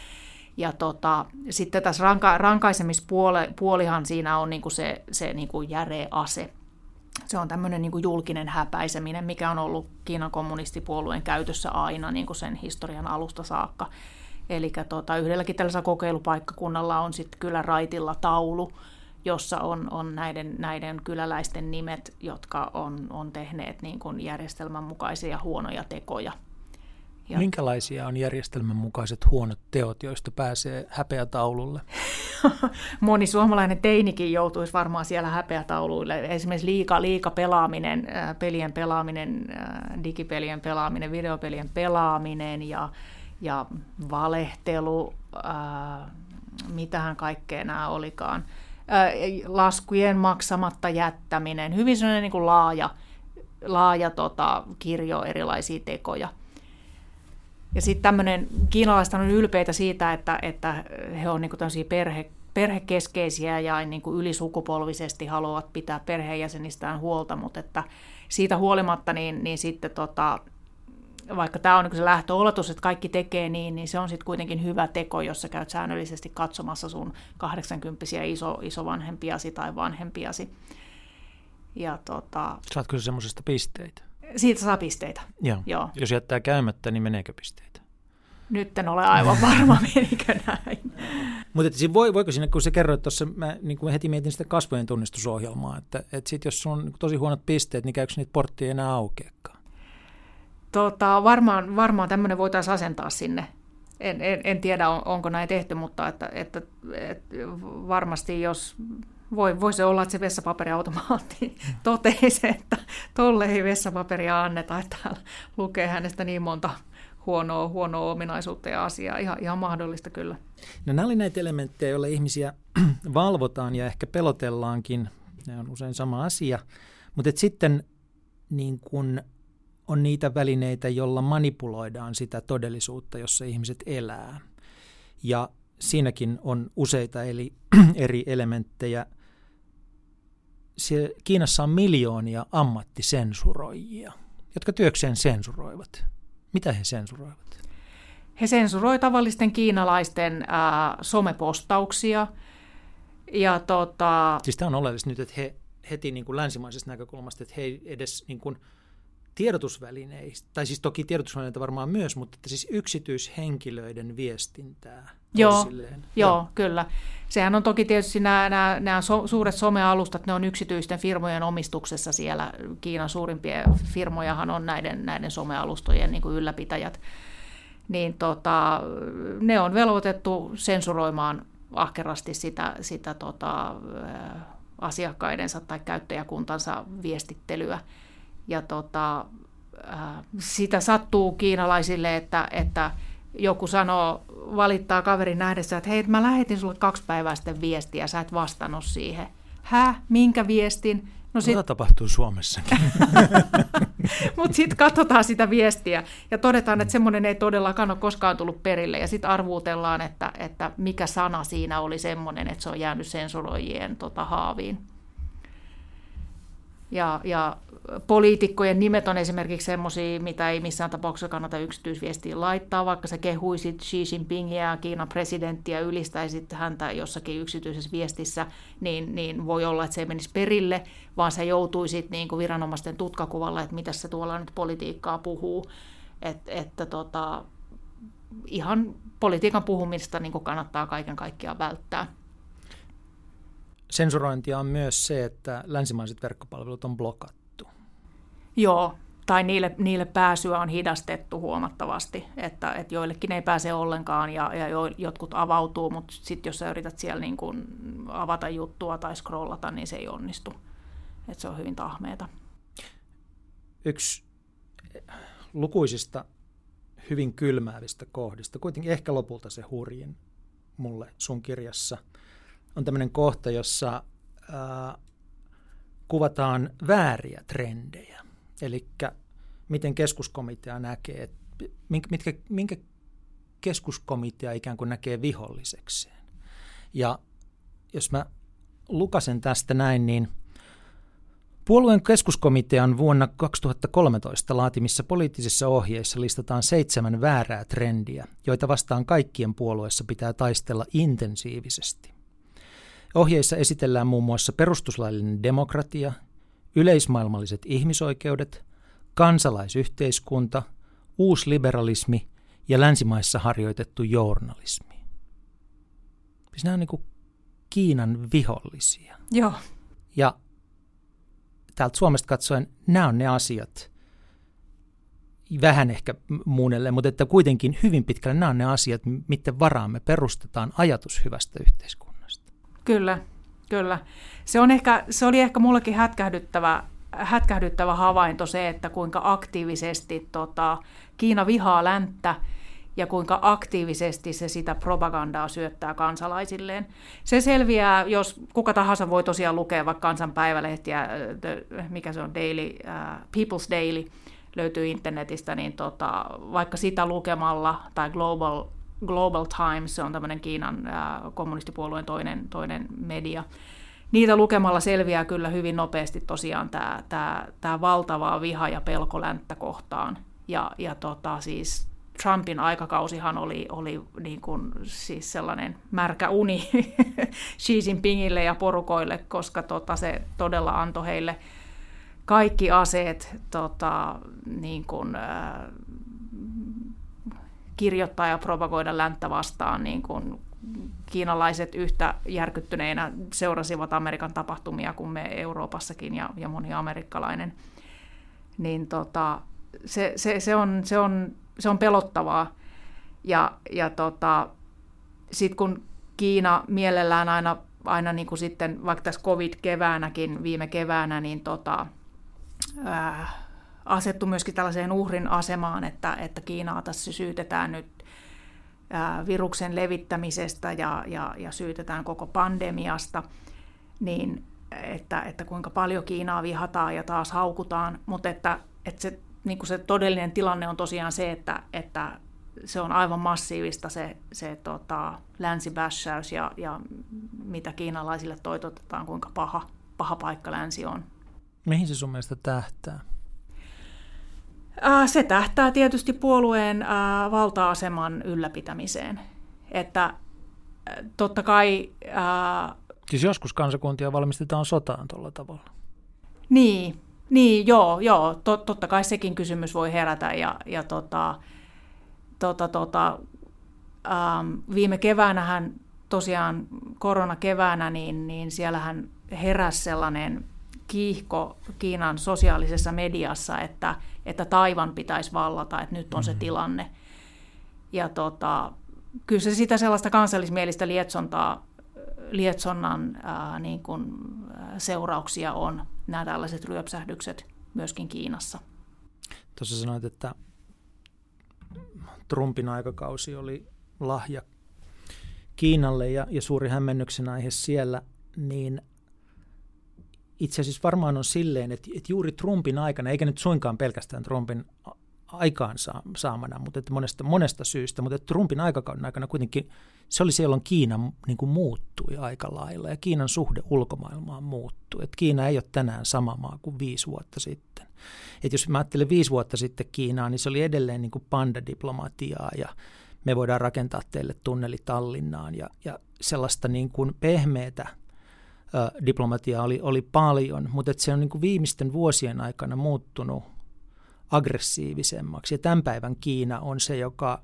Ja sitten tässä rankaisemispuolihan siinä on niin kuin se niin kuin järeä ase. Se on tämmöinen niin kuin julkinen häpäiseminen, mikä on ollut Kiinan kommunistipuolueen käytössä aina niin kuin sen historian alusta saakka. Eli yhdelläkin tällaisella kokeilupaikkakunnalla on sitten kyllä raitilla taulu, jossa on näiden kyläläisten nimet, jotka on tehneet niin kuin järjestelmän mukaisia huonoja tekoja. Ja
minkälaisia on järjestelmän mukaiset huonot teot, joista pääsee häpeätaululle?
Moni suomalainen teinikin joutuisi varmaan siellä häpeätauluille. Esimerkiksi liika pelaaminen, pelien pelaaminen, digipelien pelaaminen, videopelien pelaaminen ja valehtelu, mitähän kaikkea nämä olikaan. Laskujen maksamatta jättäminen, hyvin sellainen niin kuin laaja kirjo erilaisia tekoja. Ja sitten tämmöinen, kiinalaiset on ylpeitä siitä, että he on niinku tämmöisiä perhekeskeisiä ja niinku ylisukupolvisesti haluavat pitää perheenjäsenistään huolta, mutta että siitä huolimatta niin sitten vaikka tämä on se lähtöoletus, että kaikki tekee niin se on sitten kuitenkin hyvä teko, jos sä käyt säännöllisesti katsomassa sun 80-vuotiaita isovanhempiasi tai vanhempiasi. Ja
saatko se semmoisesta pisteitä?
Siitä saa pisteitä.
Joo. Jos jättää käymättä, niin meneekö pisteitä?
Nyt en ole aivan varma, menikö näin.
Mutta voiko sinne, kun sä kerroit tuossa, mä niin heti mietin sitä kasvojen tunnistusohjelmaa, että sit jos on tosi huonot pisteet, niin käykö niitä porttia enää aukeakaan?
Varmaan tämmöinen voitaisiin asentaa sinne. En tiedä, onko näin tehty, mutta että varmasti jos voi se olla, että se vessapaperiautomaatti toteisi, että tolle ei vessapaperia anneta, että täällä lukee hänestä niin monta huonoa ominaisuutta ja asiaa. Ihan mahdollista kyllä.
No, nämä oli näitä elementtejä, joilla ihmisiä valvotaan ja ehkä pelotellaankin. Ne on usein sama asia. Mutta sitten niin kun on niitä välineitä, joilla manipuloidaan sitä todellisuutta, jossa ihmiset elää. Ja siinäkin on useita eri elementtejä. Kiinassa on miljoonia ammattisensuroijia, jotka työkseen sensuroivat. Mitä he sensuroivat?
He sensuroivat tavallisten kiinalaisten somepostauksia. Ja
siis tämä on oleellista nyt, että he heti niin kuin länsimaisesta näkökulmasta, että he ei edes niin kuin tiedotusvälineistä, tai siis toki tiedotusvälineitä varmaan myös, mutta että siis yksityishenkilöiden viestintää.
Joo, kyllä. Sehän on toki tietysti nämä suuret somealustat, ne on yksityisten firmojen omistuksessa siellä. Kiinan suurimpia firmojahan on näiden somealustojen niin kuin ylläpitäjät. Niin ne on velvoitettu sensuroimaan ahkerasti sitä asiakkaidensa tai käyttäjäkuntansa viestittelyä. Ja sitä sattuu kiinalaisille, että joku valittaa kaverin nähdessä, että hei, mä lähetin sulle 2 päivää sitten viestiä, sä et vastannut siihen. Minkä viestin? No
Mitä tapahtuu Suomessakin?
Mutta sitten katsotaan sitä viestiä ja todetaan, että semmoinen ei todellakaan ole koskaan tullut perille. Ja sitten arvuutellaan, että mikä sana siinä oli semmoinen, että se on jäänyt sensuroijien haaviin. Ja poliitikkojen nimet on esimerkiksi semmoisia, mitä ei missään tapauksessa kannata yksityisviestiin laittaa, vaikka sä kehuisit Xi Jinpingiä, Kiinan presidenttiä, ylistäisit häntä jossakin yksityisessä viestissä, niin voi olla, että se ei menisi perille, vaan sä joutuisit niin kuin viranomaisten tutkakuvalla, että mitä se tuolla nyt politiikkaa puhuu. Että ihan politiikan puhumista niin kuin kannattaa kaiken kaikkiaan välttää.
Sensurointia on myös se, että länsimaiset verkkopalvelut on blokattu.
Joo, tai niille pääsyä on hidastettu huomattavasti, että joillekin ei pääse ollenkaan ja jotkut avautuu, mutta sitten jos sä yrität siellä niin kuin avata juttua tai scrollata, niin se ei onnistu. Että se on hyvin tahmeeta.
Yksi lukuisista hyvin kylmäävistä kohdista, kuitenkin ehkä lopulta se hurjin mulle sun kirjassa, on tämmöinen kohta, jossa kuvataan vääriä trendejä. Eli miten keskuskomitea näkee, minkä keskuskomitea ikään kuin näkee vihollisekseen. Ja jos mä lukasen tästä näin, niin Puolueen keskuskomitean vuonna 2013 laatimissa poliittisissa ohjeissa listataan 7 väärää trendiä, joita vastaan kaikkien puolueissa pitää taistella intensiivisesti. Ohjeissa esitellään muun muassa perustuslaillinen demokratia, yleismaailmalliset ihmisoikeudet, kansalaisyhteiskunta, uusliberalismi ja länsimaissa harjoitettu journalismi. Siis nämä on niin kuin Kiinan vihollisia.
Joo.
Ja täältä Suomesta katsoen nämä on ne asiat, vähän ehkä muunnelleen, mutta että kuitenkin hyvin pitkälle nämä on ne asiat, miten varaan me perustetaan ajatus hyvästä yhteiskunnasta.
Kyllä, kyllä. Se oli ehkä mullekin hätkähdyttävä havainto se, että kuinka aktiivisesti Kiina vihaa länttä ja kuinka aktiivisesti se sitä propagandaa syöttää kansalaisilleen. Se selviää, jos kuka tahansa voi tosiaan lukea vaikka Kansan päivälehtiä, mikä se on, People's Daily, löytyy internetistä, niin vaikka sitä lukemalla, tai Global Times, se on tämmöinen Kiinan kommunistipuolueen toinen media, niitä lukemalla selviää kyllä hyvin nopeasti tosiaan tämä valtava viha ja pelko länttä kohtaan. Ja siis Trumpin aikakausihan oli niin kuin, siis sellainen märkä uni Xi Jinpingille ja porukoille, koska se todella antoi heille kaikki aseet niin kuin, kirjoittaa ja propagoida länttä vastaan. Niin kuin kiinalaiset yhtä järkyttyneinä seurasivat Amerikan tapahtumia kuin me Euroopassakin ja moni amerikkalainen. Niin se on pelottavaa. Ja sitten kun Kiina mielellään aina niin kuin sitten, vaikka tässä COVID-keväänäkin, viime keväänä, niin asettui myöskin tällaiseen uhrin asemaan, että Kiinaa tässä syytetään nyt viruksen levittämisestä ja syytetään koko pandemiasta, niin että kuinka paljon Kiinaa vihataan ja taas haukutaan, mutta että se niin kuin se todellinen tilanne on tosiaan se, että se on aivan massiivista se länsibässäys ja mitä kiinalaisille toitotetaan, kuinka paha paikka länsi on.
Mihin se sun mielestä tähtää?
Se tähtää tietysti puolueen valta-aseman ylläpitämiseen. Että totta kai...
Siis joskus kansakuntia valmistetaan sotaan tuolla tavalla.
Niin, joo. Totta kai sekin kysymys voi herätä ja viime keväänähän tosiaan koronakeväänä, niin siellähän heräsi sellainen kiihko Kiinan sosiaalisessa mediassa, että Taiwan pitäisi vallata, että nyt on se tilanne. Ja kyllä se sitä sellaista kansallismielistä lietsonnan niin kuin, seurauksia on nämä tällaiset ryöpsähdykset myöskin Kiinassa.
Tuossa sanoit, että Trumpin aikakausi oli lahja Kiinalle ja suuri hämmennyksen aihe siellä, niin itse asiassa varmaan on silleen, että juuri Trumpin aikana, eikä nyt suinkaan pelkästään Trumpin aikaansaamana, mutta että monesta syystä, mutta että Trumpin aikakauden aikana kuitenkin se oli se, jolloin Kiina niin kuin muuttui aika lailla ja Kiinan suhde ulkomaailmaan muuttui. Että Kiina ei ole tänään sama maa kuin 5 vuotta sitten. Että jos mä ajattelen 5 vuotta sitten Kiinaa, niin se oli edelleen niin kuin pandadiplomatiaa ja me voidaan rakentaa teille tunneli Tallinnaan ja sellaista niin kuin pehmeätä diplomatiaa oli paljon, mutta että se on niin kuin viimeisten vuosien aikana muuttunut aggressiivisemmaksi. Ja tämän päivän Kiina on se,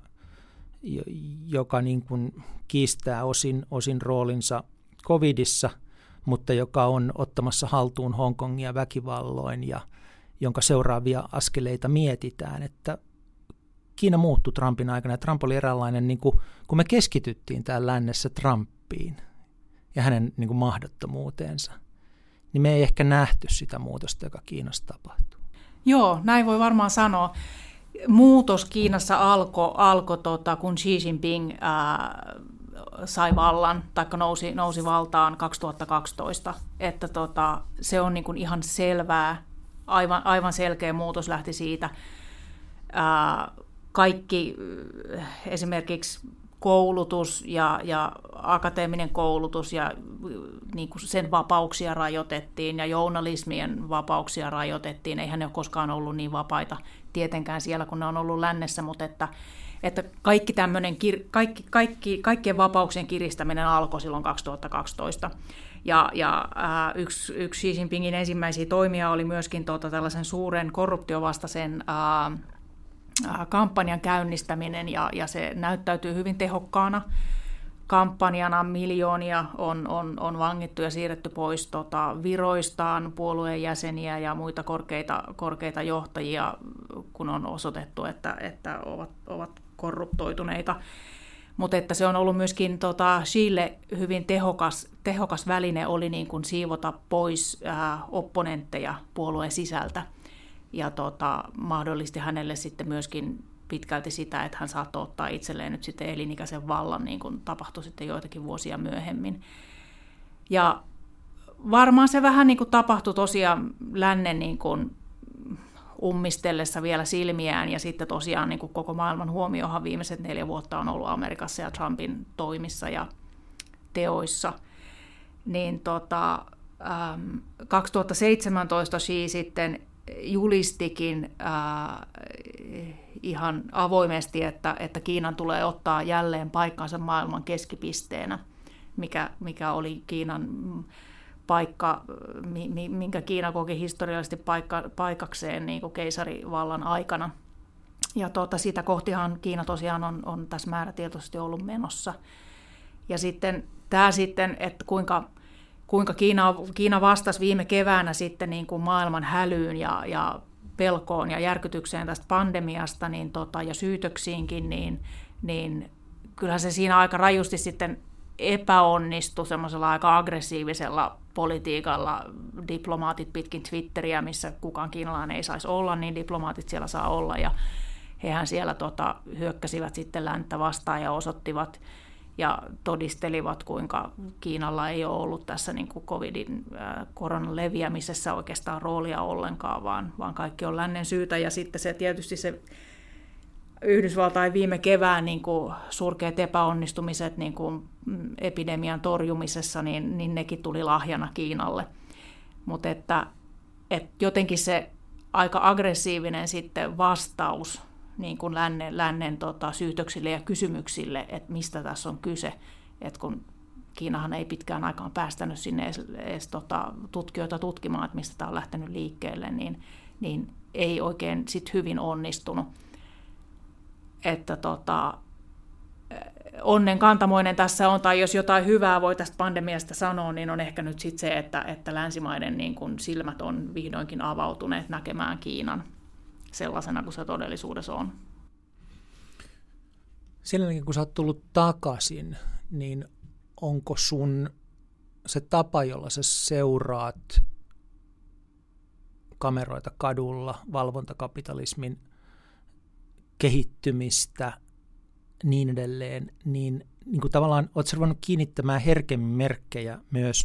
joka niin kuin kiistää osin roolinsa covidissa, mutta joka on ottamassa haltuun Hongkongia väkivalloin ja jonka seuraavia askeleita mietitään. Että Kiina muuttui Trumpin aikana ja Trump oli eräänlainen, niin kuin, kun me keskityttiin täällä lännessä Trumpiin ja hänen niin kuin mahdottomuuteensa, niin me ei ehkä nähty sitä muutosta, joka Kiinassa tapahtui.
Joo, näin voi varmaan sanoa. Muutos Kiinassa alkoi kun Xi Jinping sai vallan, tai nousi valtaan 2012, että se on niin kuin ihan selvää, aivan selkeä muutos lähti siitä. Kaikki esimerkiksi koulutus ja akateeminen koulutus ja niin kuin sen vapauksia rajoitettiin ja journalismien vapauksia rajoitettiin. Eihän ne ole koskaan ollut niin vapaita tietenkään siellä, kun ne on ollut lännessä, mutta että kaikki tämmöinen, kaikkien vapauksien kiristäminen alkoi silloin 2012. Ja yksi Xi Jinpingin ensimmäisiä toimia oli myöskin tällaisen suuren korruptiovastaisen kampanjan käynnistäminen, ja se näyttäytyy hyvin tehokkaana kampanjana. Miljoonia on vangittu ja siirretty pois viroistaan, puolueen jäseniä ja muita korkeita johtajia, kun on osoitettu, että ovat korruptoituneita. Mutta että se on ollut myöskin Xille hyvin tehokas väline oli niin kuin siivota pois opponentteja puolueen sisältä. Ja mahdollisti hänelle sitten myöskin pitkälti sitä, että hän saattoi ottaa itselleen nyt sitten elinikäisen vallan, niin kuin tapahtui sitten joitakin vuosia myöhemmin. Ja varmaan se vähän niin kuin tapahtui tosiaan lännen niin kuin ummistellessa vielä silmiään, ja sitten tosiaan niin kuin koko maailman huomiohan viimeiset 4 vuotta on ollut Amerikassa ja Trumpin toimissa ja teoissa. Niin 2017 Xi sitten julistikin ihan avoimesti, että Kiinan tulee ottaa jälleen paikkansa maailman keskipisteenä, mikä oli Kiinan paikka, minkä Kiina koki historiallisesti paikakseen niin kuin keisarivallan aikana. Ja sitä kohtihan Kiina tosiaan on tässä määrätietoisesti ollut menossa. Ja sitten tämä sitten, että kuinka Kiina vastasi viime keväänä sitten niin kuin maailman hälyyn ja pelkoon ja järkytykseen tästä pandemiasta ja syytöksiinkin, niin kyllähän se siinä aika rajusti sitten epäonnistui semmoisella aika aggressiivisella politiikalla. Diplomaatit pitkin Twitteriä, missä kukaan kiinalainen ei saisi olla, niin diplomaatit siellä saa olla, ja hehän siellä hyökkäsivät sitten länttä vastaan ja osoittivat ja todistelivat, kuinka Kiinalla ei ole ollut tässä niin kuin koronan leviämisessä oikeastaan roolia ollenkaan, vaan kaikki on lännen syytä. Ja sitten se tietysti se Yhdysvaltain viime kevään niin kuin surkeat epäonnistumiset niin kuin epidemian torjumisessa, niin nekin tuli lahjana Kiinalle. Mutta että jotenkin se aika aggressiivinen sitten vastaus niin kuin lännen syytöksille ja kysymyksille, että mistä tässä on kyse, että kun Kiinahan ei pitkään aikaan päästänyt sinne edes tutkijoita tutkimaan, että mistä tämä on lähtenyt liikkeelle, niin ei oikein sit hyvin onnistunut. Että onnen kantamoinen tässä on, tai jos jotain hyvää voi tästä pandemiasta sanoa, niin on ehkä nyt sit se, että länsimaiden niin kun silmät on vihdoinkin avautuneet näkemään Kiinan sellaisena kuin se todellisuudessa on.
Sen jälkeen, kun sä oot tullut takaisin, niin onko sun se tapa, jolla sä seuraat kameroita kadulla, valvontakapitalismin kehittymistä, niin edelleen, niin kuin tavallaan oot sä ruvennut kiinnittämään herkemmin merkkejä myös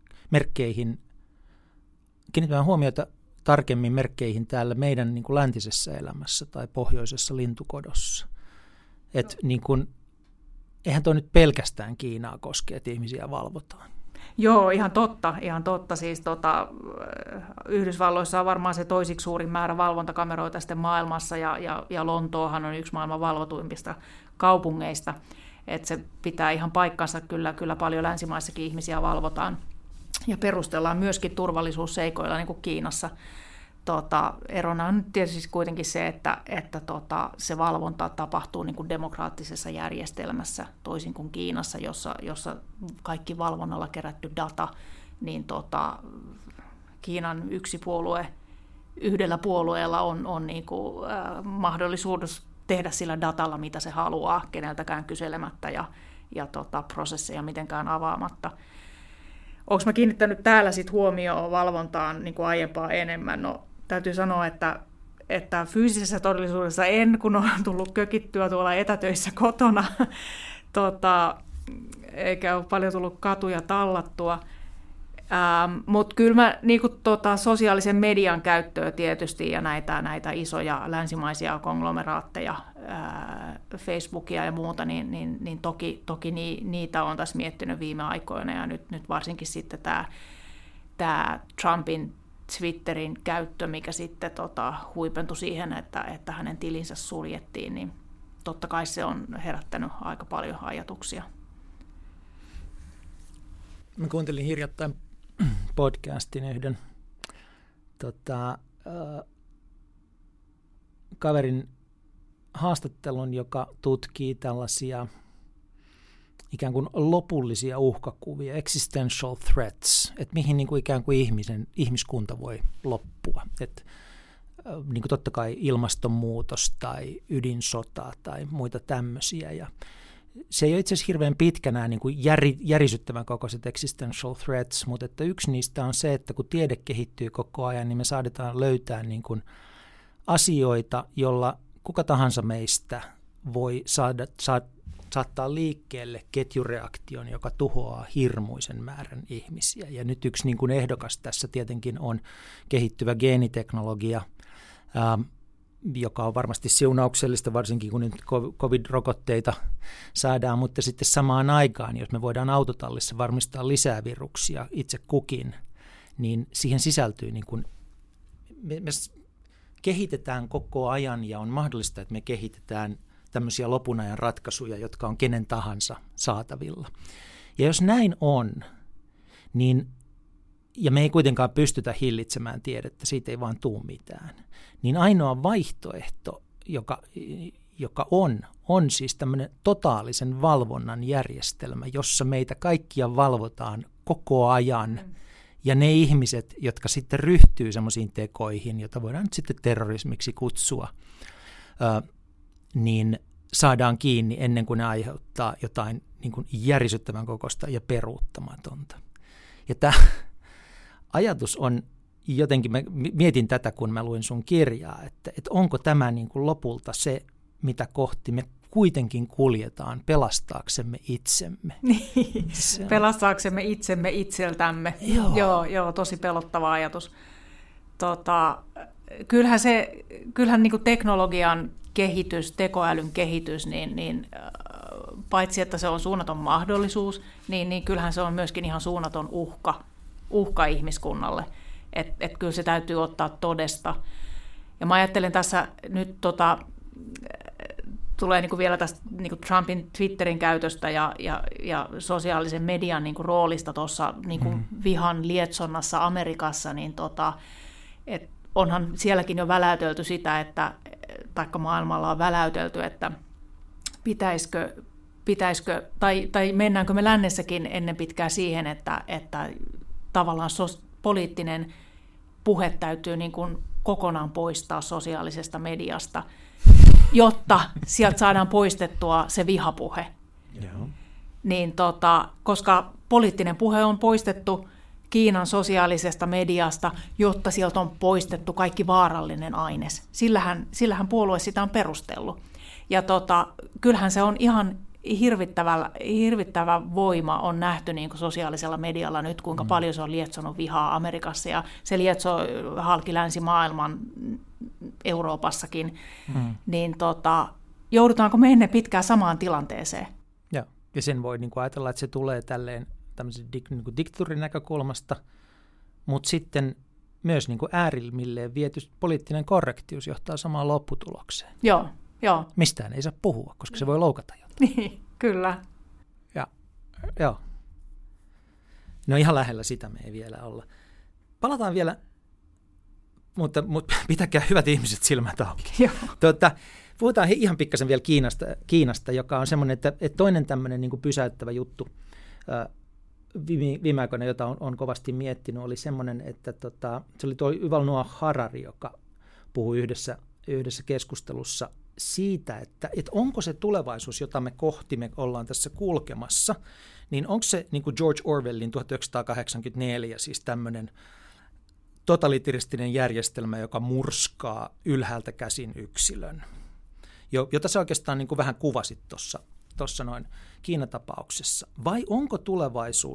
kiinnittämään huomiota tarkemmin merkkeihin täällä meidän niin kuin läntisessä elämässä tai pohjoisessa lintukodossa. Että niin kuin, eihän toi nyt pelkästään Kiinaa koske, että ihmisiä valvotaan.
Joo, ihan totta. Siis Yhdysvalloissa on varmaan se toisiksi suurin määrä valvontakameroita sitten maailmassa, ja Lontoohan on yksi maailman valvotuimmista kaupungeista. Että se pitää ihan paikkansa, kyllä paljon länsimaissakin ihmisiä valvotaan. Ja perustellaan myöskin turvallisuusseikoilla, niin kuin Kiinassa. Erona on tietysti kuitenkin se, että se valvonta tapahtuu niin kuin demokraattisessa järjestelmässä, toisin kuin Kiinassa, jossa kaikki valvonnalla kerätty data, niin Kiinan yhdellä puolueella on niin kuin, mahdollisuus tehdä sillä datalla, mitä se haluaa, keneltäkään kyselemättä ja prosesseja mitenkään avaamatta. Onko mä kiinnittänyt täällä sit huomioon valvontaan niin kuin aiempaa enemmän? No, täytyy sanoa, että fyysisessä todellisuudessa kun on tullut kökittyä tuolla etätöissä kotona, eikä ole paljon tullut katuja tallattua, Mutta kyllä mä niinku sosiaalisen median käyttöä tietysti ja näitä isoja länsimaisia konglomeraatteja, Facebookia ja muuta, niin toki niitä on tässä miettinyt viime aikoina ja nyt varsinkin sitten tämä Trumpin Twitterin käyttö, mikä sitten huipentui siihen, että hänen tilinsä suljettiin, niin totta kai se on herättänyt aika paljon ajatuksia.
Mä kuuntelin hiljattain podcastin yhden kaverin haastattelun, joka tutkii tällaisia ikään kuin lopullisia uhkakuvia, existential threats, että mihin niin kuin ikään kuin ihmiskunta voi loppua. Että niin kuin totta kai ilmastonmuutos tai ydinsota tai muita tämmöisiä. Ja se ei ole itse asiassa hirveän pitkänä niin kuin järisyttävän kokoiset existential threats, mutta että yksi niistä on se, että kun tiede kehittyy koko ajan, niin me saadaan löytää niin kuin asioita, jolla kuka tahansa meistä voi saattaa liikkeelle ketjureaktion, joka tuhoaa hirmuisen määrän ihmisiä. Ja nyt yksi niin kuin ehdokas tässä tietenkin on kehittyvä geeniteknologia, joka on varmasti siunauksellista, varsinkin kun nyt covid-rokotteita saadaan, mutta sitten samaan aikaan, jos me voidaan autotallissa varmistaa lisää viruksia itse kukin, niin siihen sisältyy, niin kuin, me kehitetään koko ajan ja on mahdollista, että me kehitetään tämmöisiä lopun ajan ratkaisuja, jotka on kenen tahansa saatavilla. Ja jos näin on, niin, ja me ei kuitenkaan pystytä hillitsemään tiedettä, siitä ei vaan tule mitään, niin ainoa vaihtoehto, joka on siis tämmöinen totaalisen valvonnan järjestelmä, jossa meitä kaikkia valvotaan koko ajan, ja ne ihmiset, jotka sitten ryhtyy semmoisiin tekoihin, joita voidaan nyt sitten terrorismiksi kutsua, niin saadaan kiinni ennen kuin ne aiheuttaa jotain niin kuin järisyttävän kokoista ja peruuttamatonta. Ja tämä ajatus on jotenkin, mä mietin tätä, kun mä luin sun kirjaa, että onko tämä niin kuin lopulta se, mitä kohti me kuitenkin kuljetaan pelastaaksemme itsemme.
Pelastaaksemme itsemme itseltämme. Joo, tosi pelottava ajatus. Kyllähän niin kuin teknologian kehitys, tekoälyn kehitys, niin paitsi että se on suunnaton mahdollisuus, niin kyllähän se on myöskin ihan suunnaton uhka ihmiskunnalle. Et kyllä se täytyy ottaa todesta. Ja mä ajattelen tässä nyt tulee niin kuin vielä tästä niin kuin Trumpin Twitterin käytöstä ja sosiaalisen median niin kuin roolista tuossa niin kuin vihan lietsonnassa Amerikassa, niin et onhan sielläkin jo väläytelty sitä, taikka maailmalla on väläytelty, että pitäisikö tai mennäänkö me lännessäkin ennen pitkää siihen, että tavallaan poliittinen puhe täytyy niin kuin kokonaan poistaa sosiaalisesta mediasta, jotta sieltä saadaan poistettua se vihapuhe.
Joo. Niin
koska poliittinen puhe on poistettu Kiinan sosiaalisesta mediasta, jotta sieltä on poistettu kaikki vaarallinen aines. Sillähän puolue sitä on perustellut. Ja kyllähän se on ihan hirvittävä voima on nähty niin kuin sosiaalisella medialla nyt, kuinka paljon se on lietsonut vihaa Amerikassa ja se lietsoo halki länsimaailman Euroopassakin, niin joudutaanko me ennen pitkään samaan tilanteeseen?
Joo, ja sen voi niin kuin ajatella, että se tulee tälleen tämmöisen diktatuurin näkökulmasta, mutta sitten myös niin kuin äärimmilleen viety poliittinen korrektius johtaa samaan lopputulokseen.
Joo.
Mistään ei saa puhua, koska se voi loukata jotain.
Niin, kyllä.
Joo. No ihan lähellä sitä me ei vielä olla. Palataan vielä, mutta pitäkää hyvät ihmiset silmät auki.
Joo.
Puhutaan ihan pikkasen vielä Kiinasta, joka on semmoinen, että toinen tämmöinen niin kuin pysäyttävä juttu viime aikoina, jota on kovasti miettinyt, oli semmoinen, että se oli tuo Yuval Noah Harari, joka puhui yhdessä keskustelussa siitä, että onko se tulevaisuus, jota me kohti me ollaan tässä kulkemassa, niin onko se niin kuin George Orwellin 1984, siis tämmöinen totalitaristinen järjestelmä, joka murskaa ylhäältä käsin yksilön, jota sä oikeastaan niin kuin vähän kuvasit tuossa noin Kiinan tapauksessa, vai onko tulevaisuus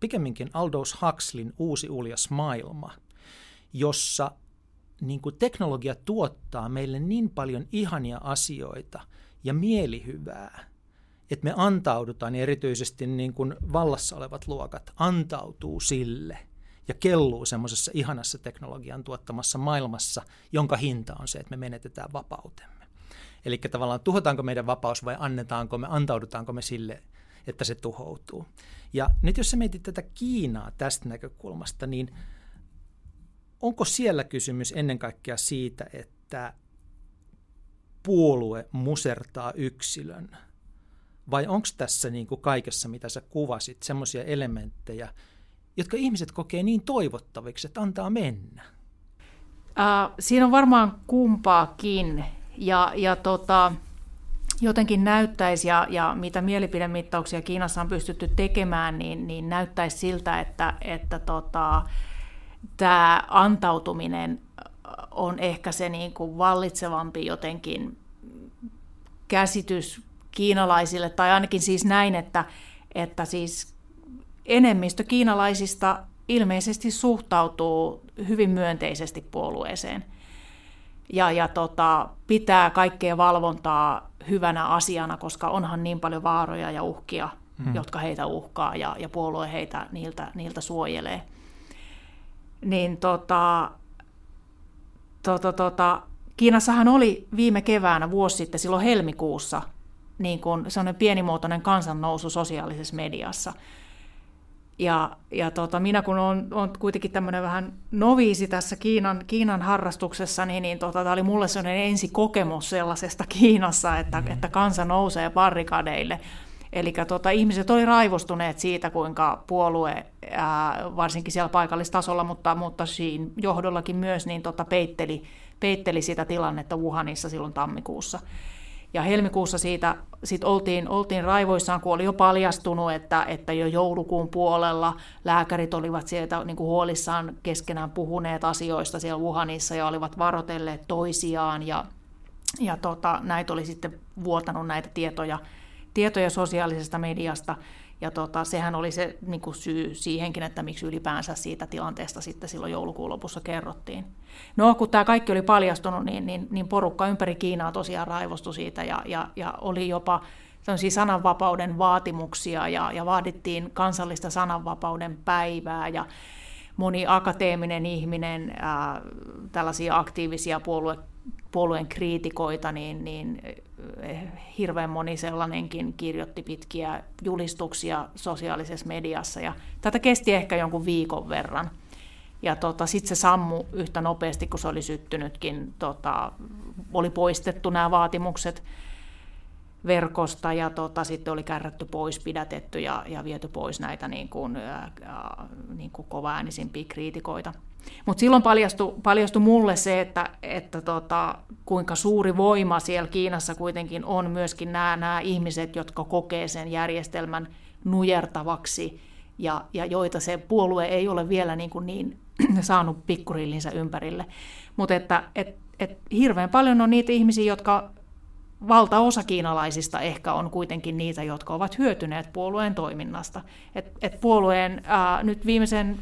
pikemminkin Aldous Huxleyn Uusi uljas maailma, jossa niin kuin teknologia tuottaa meille niin paljon ihania asioita ja mielihyvää, että me antaudutaan, ja erityisesti niin kuin vallassa olevat luokat antautuu sille ja kelluu semmoisessa ihanassa teknologian tuottamassa maailmassa, jonka hinta on se, että me menetetään vapautemme. Eli tavallaan tuhotaanko meidän vapaus vai antaudutaanko me sille, että se tuhoutuu. Ja nyt jos sä mietit tätä Kiinaa tästä näkökulmasta, niin onko siellä kysymys ennen kaikkea siitä, että puolue musertaa yksilön? Vai onko tässä niin kuin kaikessa, mitä sä kuvasit, semmoisia elementtejä, jotka ihmiset kokee niin toivottaviksi, että antaa mennä?
Siinä on varmaan kumpaakin. Ja jotenkin näyttäisi, ja mitä mielipidemittauksia Kiinassa on pystytty tekemään, niin näyttäisi siltä, että tämä antautuminen on ehkä se niin kuin vallitsevampi jotenkin käsitys kiinalaisille, tai ainakin siis näin, että siis enemmistö kiinalaisista ilmeisesti suhtautuu hyvin myönteisesti puolueeseen ja pitää kaikkea valvontaa hyvänä asiana, koska onhan niin paljon vaaroja ja uhkia, jotka heitä uhkaa, ja puolue heitä niiltä suojelee. Niin Kiinassahan oli viime keväänä, vuosi sitten, silloin helmikuussa, niin kuin sellainen pienimuotoinen kansannousu sosiaalisessa mediassa. Ja minä kun olen kuitenkin tämmöinen vähän noviisi tässä Kiinan harrastuksessa, niin tämä oli mulle sellainen ensikokemus sellaisesta Kiinassa, että kansa nousee barrikadeille. Eli ihmiset oli raivostuneet siitä, kuinka puolue, varsinkin siellä paikallistasolla, mutta siinä johdollakin myös, niin peitteli sitä tilannetta Wuhanissa silloin tammikuussa. Ja helmikuussa siitä oltiin raivoissaan, kun oli jo paljastunut, että jo joulukuun puolella lääkärit olivat sieltä niin kuin huolissaan keskenään puhuneet asioista siellä Wuhanissa ja olivat varoitelleet toisiaan. Ja näitä oli sitten vuotanut näitä tietoja sosiaalisesta mediasta. Ja sehän oli se niin kuin syy siihenkin, että miksi ylipäänsä siitä tilanteesta sitten silloin joulukuun lopussa kerrottiin. No, kun tämä kaikki oli paljastunut, niin porukka ympäri Kiinaa tosiaan raivostui siitä ja oli jopa sellaisia sananvapauden vaatimuksia ja vaadittiin kansallista sananvapauden päivää ja moni akateeminen ihminen, tällaisia aktiivisia puolueen kriitikoita, niin hirveän moni sellainenkin kirjoitti pitkiä julistuksia sosiaalisessa mediassa. Ja tätä kesti ehkä jonkun viikon verran. Ja sitten se sammui yhtä nopeasti, kun se oli syttynytkin. Oli poistettu nämä vaatimukset verkosta ja sitten oli kärrätty pois, pidätetty ja viety pois näitä niin kuin kovaäänisimpiä kriitikoita. Mutta silloin paljastui mulle se, että kuinka suuri voima siellä Kiinassa kuitenkin on myöskin nämä ihmiset, jotka kokee sen järjestelmän nujertavaksi ja joita se puolue ei ole vielä niin saanut pikkurillinsä ympärille. Mutta että hirveän paljon on niitä ihmisiä, jotka valtaosa kiinalaisista ehkä on kuitenkin niitä, jotka ovat hyötyneet puolueen toiminnasta. Et puolueen nyt viimeisen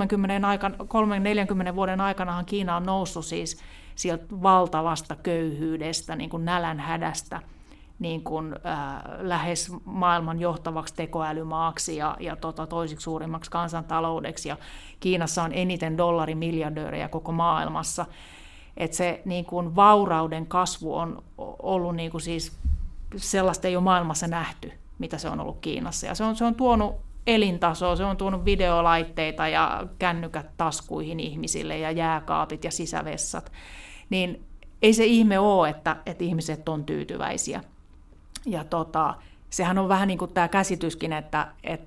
30-40 vuoden aikanahan Kiina on noussut siis sieltä valtavasta köyhyydestä, niin kuin nälänhädästä, niin kuin, lähes maailman johtavaksi tekoälymaaksi ja toisiksi suurimmaksi kansantaloudeksi. Ja Kiinassa on eniten dollarimiljardöörejä koko maailmassa. Että se niin kuin vaurauden kasvu on ollut niin kuin siis sellaista ei ole maailmassa nähty, mitä se on ollut Kiinassa. Ja se on tuonut elintasoa, se on tuonut videolaitteita ja kännykät taskuihin ihmisille ja jääkaapit ja sisävessat. Niin ei se ihme ole, että ihmiset on tyytyväisiä. Ja sehän on vähän niin kuin tämä käsityskin, että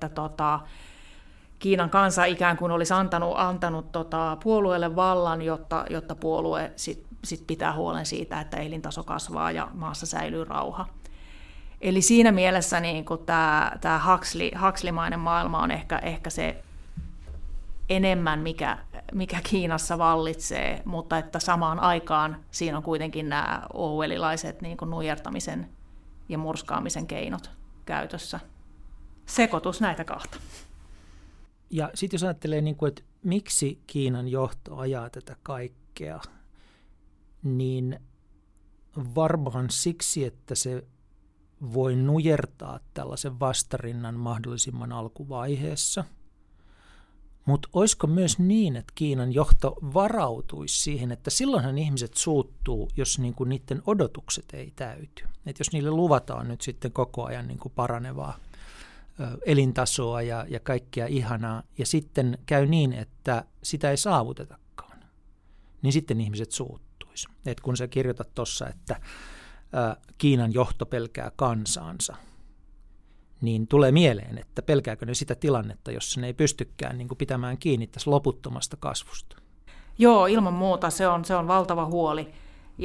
Kiinan kansa ikään kuin olisi antanut puolueelle vallan, jotta puolue sit pitää huolen siitä, että elintaso kasvaa ja maassa säilyy rauha. Eli siinä mielessä niin tämä Huxleymainen maailma on ehkä se enemmän, mikä Kiinassa vallitsee, mutta että samaan aikaan siinä on kuitenkin nämä orwellilaiset niin kuin nujertamisen ja murskaamisen keinot käytössä. Sekoitus näitä kahta.
Ja sitten jos ajattelee, niin kuin, että miksi Kiinan johto ajaa tätä kaikkea, niin varmaan siksi, että se voi nujertaa tällaisen vastarinnan mahdollisimman alkuvaiheessa. Mutta olisiko myös niin, että Kiinan johto varautuisi siihen, että silloinhan ihmiset suuttuu, jos niinku niiden odotukset ei täyty. Et jos niille luvataan nyt sitten koko ajan niinku paranevaa elintasoa ja kaikkea ihanaa, ja sitten käy niin, että sitä ei saavutetakaan, niin sitten ihmiset suuttuisi. Et kun sä kirjoitat tuossa, että Kiinan johto pelkää kansaansa, niin tulee mieleen, että pelkääkö ne sitä tilannetta, jossa ne ei pystykään niin kuin pitämään kiinni tästä loputtomasta kasvusta.
Joo, ilman muuta se on valtava huoli.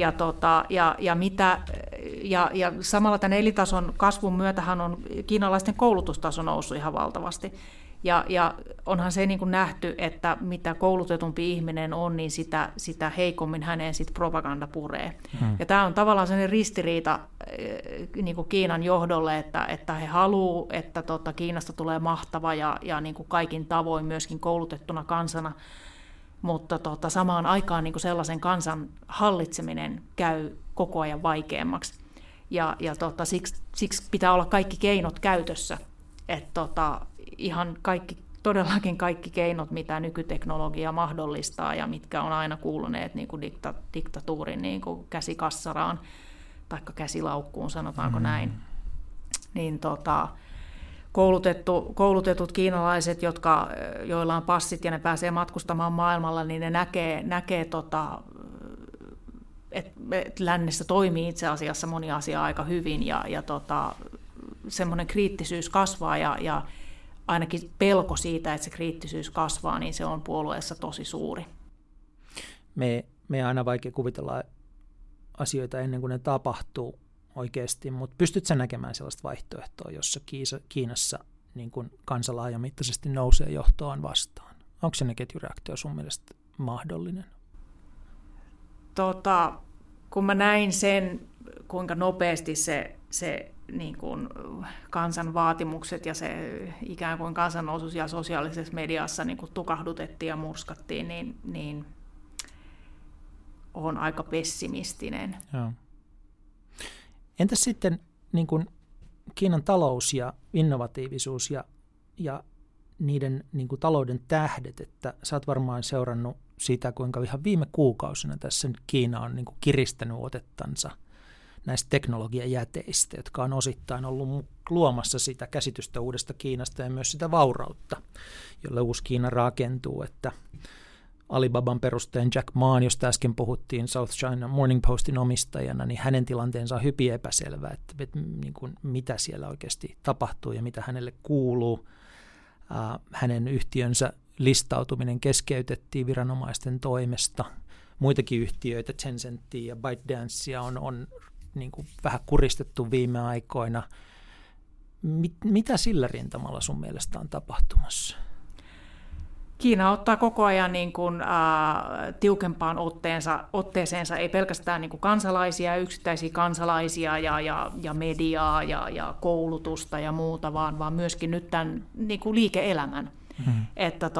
Ja samalla tämän elintason kasvun myötähän on kiinalaisten koulutustaso noussut ihan valtavasti. Ja onhan se niin kuin nähty, että mitä koulutetumpi ihminen on, niin sitä heikommin hänen sit propaganda puree. Ja tämä on tavallaan sellainen ristiriita niin kuin Kiinan johdolle, että he haluavat, että Kiinasta tulee mahtava ja niin kuin kaikin tavoin myöskin koulutettuna kansana, mutta samaan aikaan niin kuin sellaisen kansan hallitseminen käy koko ajan vaikeammaksi. Ja siksi pitää olla kaikki keinot käytössä, että ihan todellakin kaikki keinot, mitä nykyteknologia mahdollistaa ja mitkä on aina kuuluneet niin kuin diktatuurin niin kuin käsikassaraan tai käsilaukkuun, sanotaanko näin, niin koulutetut kiinalaiset, joilla on passit ja ne pääsee matkustamaan maailmalla, niin ne näkee että lännessä toimii itse asiassa moni asia aika hyvin ja semmoinen kriittisyys kasvaa ja ainakin pelko siitä, että se kriittisyys kasvaa, niin se on puolueessa tosi suuri.
Me aina vaikea kuvitella asioita ennen kuin ne tapahtuu oikeasti, mutta pystytkö sä näkemään sellaista vaihtoehtoa, jossa Kiinassa niin kuin kansa laajamittaisesti nousee johtoaan vastaan? Onko se ketjureaktio sun mielestä mahdollinen?
Kun mä näin sen, kuinka nopeasti se niin kuin kansan vaatimukset ja se ikään kuin kansannousu ja sosiaalisessa mediassa niin kuin tukahdutettiin ja murskattiin, niin on aika pessimistinen.
Joo. Entäs sitten niin kuin Kiinan talous ja innovatiivisuus ja niiden niin kuin talouden tähdet, että sä oot varmaan seurannut sitä, kuinka ihan viime kuukausina tässä Kiina on niin kuin kiristänyt otettansa näistä teknologiajäteistä, jotka on osittain ollut luomassa sitä käsitystä uudesta Kiinasta ja myös sitä vaurautta, jolle uusi Kiina rakentuu, että Alibaban perusteen Jack Maan, josta äsken puhuttiin South China Morning Postin omistajana, niin hänen tilanteensa on hyvin epäselvä, että niin kuin mitä siellä oikeasti tapahtuu ja mitä hänelle kuuluu. Hänen yhtiönsä listautuminen keskeytettiin viranomaisten toimesta. Muitakin yhtiöitä, Tencentia ja ByteDancea, on niin kuin vähän kuristettu viime aikoina. Mitä sillä rintamalla sun mielestä on tapahtumassa?
Kiina ottaa koko ajan niin kuin, tiukempaan otteeseensa ei pelkästään niin kuin kansalaisia, yksittäisiä kansalaisia ja mediaa ja koulutusta ja muuta, vaan myöskin nyt tämän niin kuin liike-elämän. Että,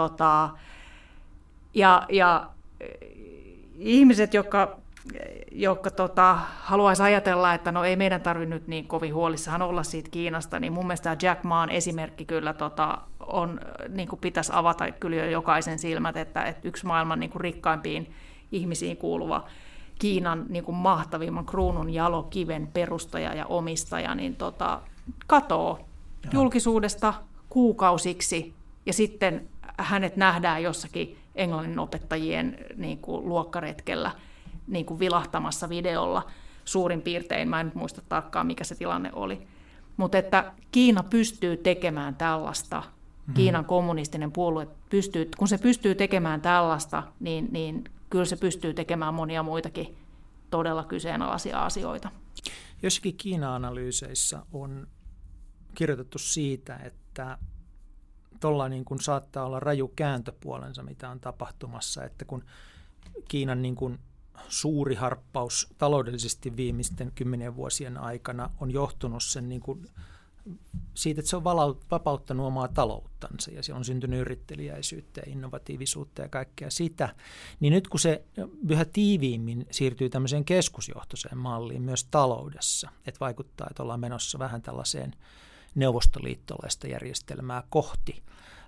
ja ihmiset, jotka haluaisi ajatella, että no ei meidän tarvitse nyt niin kovin huolissaan olla siitä Kiinasta, niin mun mielestä Jack Maan esimerkki kyllä on, niin kuin pitäisi avata kyllä jo jokaisen silmät, että yksi maailman niin kuin rikkaimpiin ihmisiin kuuluva Kiinan niin kuin mahtavimman kruunun jalokiven perustaja ja omistaja, niin katoo julkisuudesta kuukausiksi ja sitten hänet nähdään jossakin englannin opettajien niin kuin luokkaretkellä niin kuin vilahtamassa videolla suurin piirtein. Mä en nyt muista tarkkaan, mikä se tilanne oli. Mutta että Kiina pystyy tekemään tällaista, Kiinan kommunistinen puolue, kun se pystyy tekemään tällaista, niin kyllä se pystyy tekemään monia muitakin todella kyseenalaisia asioita.
Jossakin Kiina-analyyseissä on kirjoitettu siitä, että tuolla niin kuin saattaa olla raju kääntöpuolensa, mitä on tapahtumassa, että kun Kiinan niin kuin suuri harppaus taloudellisesti viimeisten 10 vuosien aikana on johtunut sen niin kuin siitä, että se on vapauttanut omaa talouttansa ja siellä on syntynyt yritteliäisyyttä ja innovatiivisuutta ja kaikkea sitä, niin nyt kun se yhä tiiviimmin siirtyy tämmöiseen keskusjohtoiseen malliin myös taloudessa, että vaikuttaa, että ollaan menossa vähän tällaiseen neuvostoliittolaista järjestelmää kohti,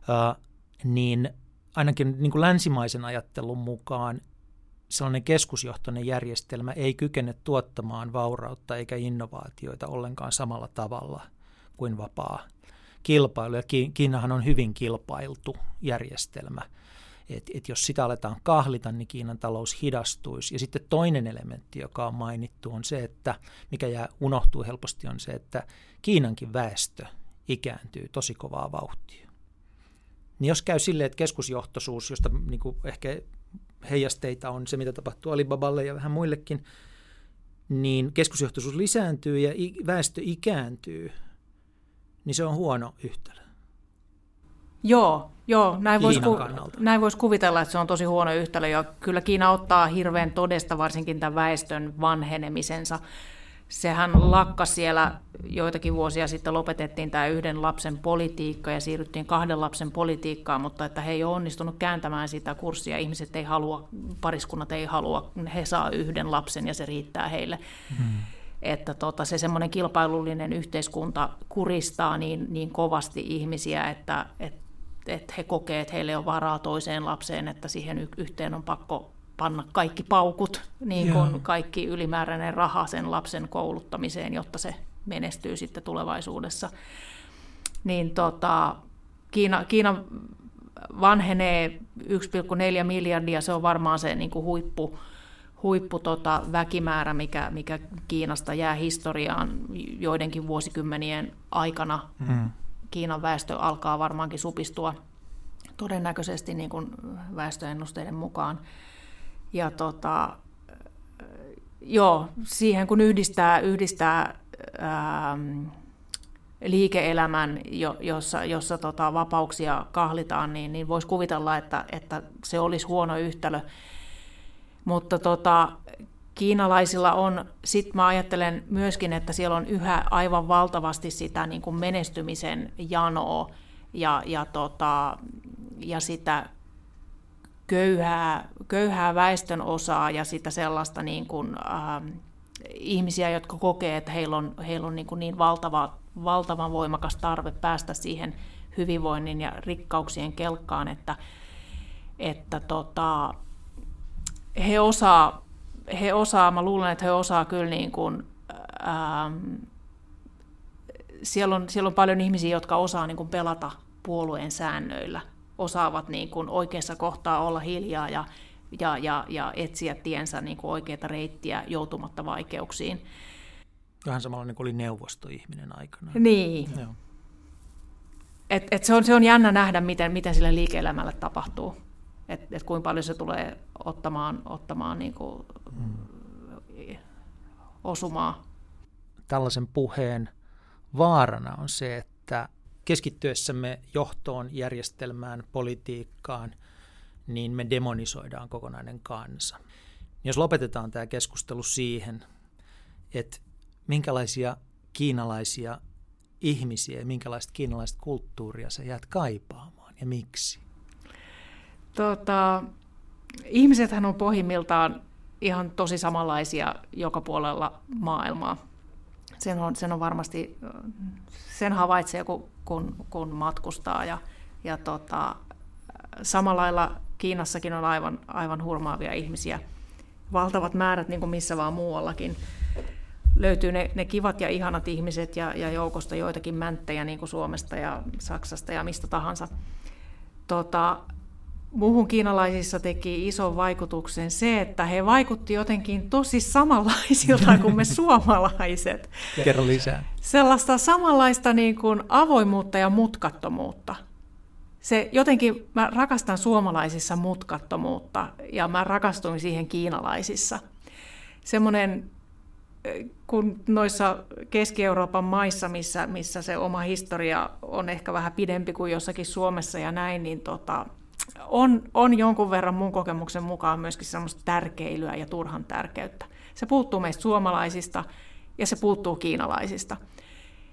niin ainakin niin kuin länsimaisen ajattelun mukaan sellainen keskusjohtoinen järjestelmä ei kykene tuottamaan vaurautta eikä innovaatioita ollenkaan samalla tavalla kuin vapaa kilpailu. Ja Kiinahan on hyvin kilpailtu järjestelmä. Et jos sitä aletaan kahlita, niin Kiinan talous hidastuisi. Ja sitten toinen elementti, joka on mainittu, on se, että mikä unohtuu helposti, on se, että Kiinankin väestö ikääntyy tosi kovaa vauhtia. Niin jos käy silleen, että keskusjohtoisuus, josta niin kuin ehkä heijasteita on se, mitä tapahtuu Alibaballe ja vähän muillekin, niin keskusjohtoisuus lisääntyy ja väestö ikääntyy, niin se on huono yhtälö.
Joo, näin voisi kuvitella, että se on tosi huono yhtälö, ja kyllä Kiina ottaa hirveän todesta varsinkin tämän väestön vanhenemisensa. Sehän lakkasi siellä joitakin vuosia sitten, lopetettiin tämä 1 lapsen politiikka ja siirryttiin 2 lapsen politiikkaan, mutta että he ei ole onnistunut kääntämään sitä kurssia. Ihmiset ei halua, pariskunnat ei halua, he saa 1 lapsen ja se riittää heille. Että se semmoinen kilpailullinen yhteiskunta kuristaa niin kovasti ihmisiä, että he kokee, että heille on varaa toiseen lapseen, että siihen yhteen on pakko panna kaikki paukut, niin kuin kaikki ylimääräinen raha sen lapsen kouluttamiseen, jotta se menestyy sitten tulevaisuudessa. Niin Kiina vanhenee 1,4 miljardia, se on varmaan se niin kuin huippu väkimäärä, mikä Kiinasta jää historiaan joidenkin vuosikymmenien aikana. Kiinan väestö alkaa varmaankin supistua todennäköisesti niin kuin väestöennusteiden mukaan. Ja siihen kun yhdistää liike-elämän, jossa vapauksia kahlitaan, niin voisi kuvitella, että se olisi huono yhtälö. Mutta kiinalaisilla on, sitten mä ajattelen myöskin, että siellä on yhä aivan valtavasti sitä niin kuin menestymisen janoa ja sitä köyhää väestön osaa ja sitä sellaista niin kuin, ihmisiä, jotka kokee, että heillä on niin valtavan voimakas tarve päästä siihen hyvinvoinnin ja rikkauksien kelkkaan, että he osaa, mä luulen, että he osaa kyllä niin kuin, siellä on paljon ihmisiä, jotka osaa niin kuin pelata puolueen säännöillä, osaavat niin kuin oikeassa kohtaa olla hiljaa ja etsiä tiensä niin kuin oikeaa reittiä joutumatta vaikeuksiin.
Vähän samalla niin kuin oli neuvostoihminen aikana.
Niin.
Joo.
Se on jännä nähdä, miten sille liike-elämälle tapahtuu. Et kuinka paljon se tulee ottamaan niin kuin osumaa.
Tällaisen puheen vaarana on se, että keskittyessämme johtoon, järjestelmään, politiikkaan, niin me demonisoidaan kokonainen kansa. Jos lopetetaan tämä keskustelu siihen, että minkälaisia kiinalaisia ihmisiä ja minkälaista kiinalaista kulttuuria sä jäät kaipaamaan ja miksi?
Ihmisethän on pohjimmiltaan ihan tosi samanlaisia joka puolella maailmaa. Sen on varmasti, sen havaitsee, kun matkustaa. Ja samalla lailla Kiinassakin on aivan hurmaavia ihmisiä. Valtavat määrät, niin kuin missä vaan muuallakin. Löytyy ne kivat ja ihanat ihmiset ja joukosta joitakin mänttejä, niin kuin Suomesta ja Saksasta ja mistä tahansa. Muuhun kiinalaisissa teki ison vaikutuksen se, että he vaikutti jotenkin tosi samanlaisilta kuin me suomalaiset.
Kerro lisää.
Sellaista samanlaista niin kuin avoimuutta ja mutkattomuutta. Se jotenkin, mä rakastan suomalaisissa mutkattomuutta ja mä rakastuin siihen kiinalaisissa. Semmoinen, kun noissa Keski-Euroopan maissa, missä se oma historia on ehkä vähän pidempi kuin jossakin Suomessa ja näin, niin on jonkun verran mun kokemuksen mukaan myöskin semmoista tärkeilyä ja turhan tärkeyttä. Se puuttuu meistä suomalaisista ja se puuttuu kiinalaisista.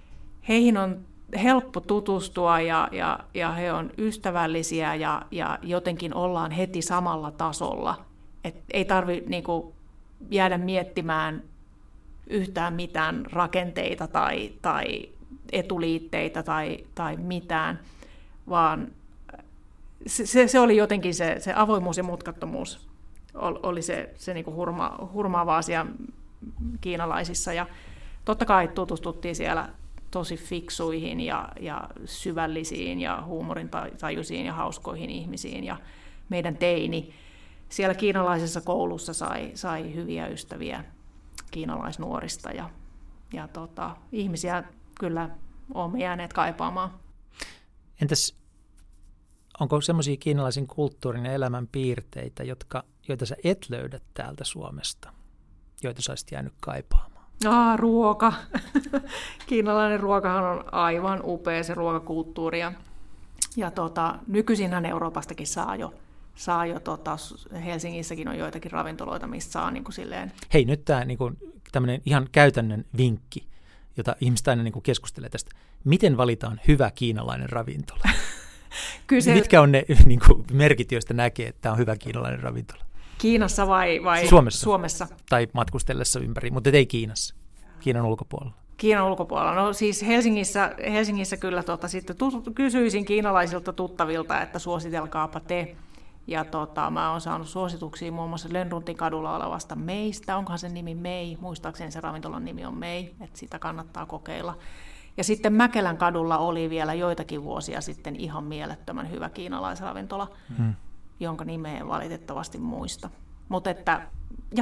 heihin on helppo tutustua ja he on ystävällisiä ja jotenkin ollaan heti samalla tasolla. Et ei tarvitse niinku jäädä miettimään yhtään mitään rakenteita tai etuliitteitä tai mitään, vaan se oli jotenkin se avoimuus ja mutkattomuus oli se niinku hurmaava asia kiinalaisissa. Ja totta kai tutustuttiin siellä tosi fiksuihin ja syvällisiin ja huumorintajuisiin ja hauskoihin ihmisiin. Ja meidän teini siellä kiinalaisessa koulussa sai hyviä ystäviä kiinalaisnuorista ja ihmisiä kyllä olemme jääneet kaipaamaan.
Entäs onko semmoisia kiinalaisen kulttuurin ja elämän piirteitä, joita sä et löydä täältä Suomesta, joita sä olisit jäänyt kaipaamaan?
Ruoka. Kiinalainen ruokahan on aivan upea, se ruokakulttuuri. Ja nykyisinhän Euroopastakin saa jo Helsingissäkin on joitakin ravintoloita, mistä saa niin kuin silleen.
Hei, nyt tämä niin kuin tämmöinen ihan käytännön vinkki, jota ihmiset aina niin kuin keskustelee tästä. Miten valitaan hyvä kiinalainen ravintola? Mitkä on ne niin kuin merkit, joista näkee, että tämä on hyvä kiinalainen ravintola?
Kiinassa vai Suomessa?
Tai matkustellessa ympäri, mutta ei Kiinassa. Kiinan ulkopuolella.
Kiinan ulkopuolella. No siis Helsingissä kyllä sitten kysyisin kiinalaisilta tuttavilta, että suositelkaapa te. Ja mä oon saanut suosituksia muun muassa Lönnruntin kadulla olevasta Meistä. Onkohan sen nimi Mei? Muistaakseni se ravintolan nimi on Mei, että sitä kannattaa kokeilla. Ja sitten Mäkelän kadulla oli vielä joitakin vuosia sitten ihan mielettömän hyvä kiinalaisravintola, jonka nimeä en valitettavasti muista. Ja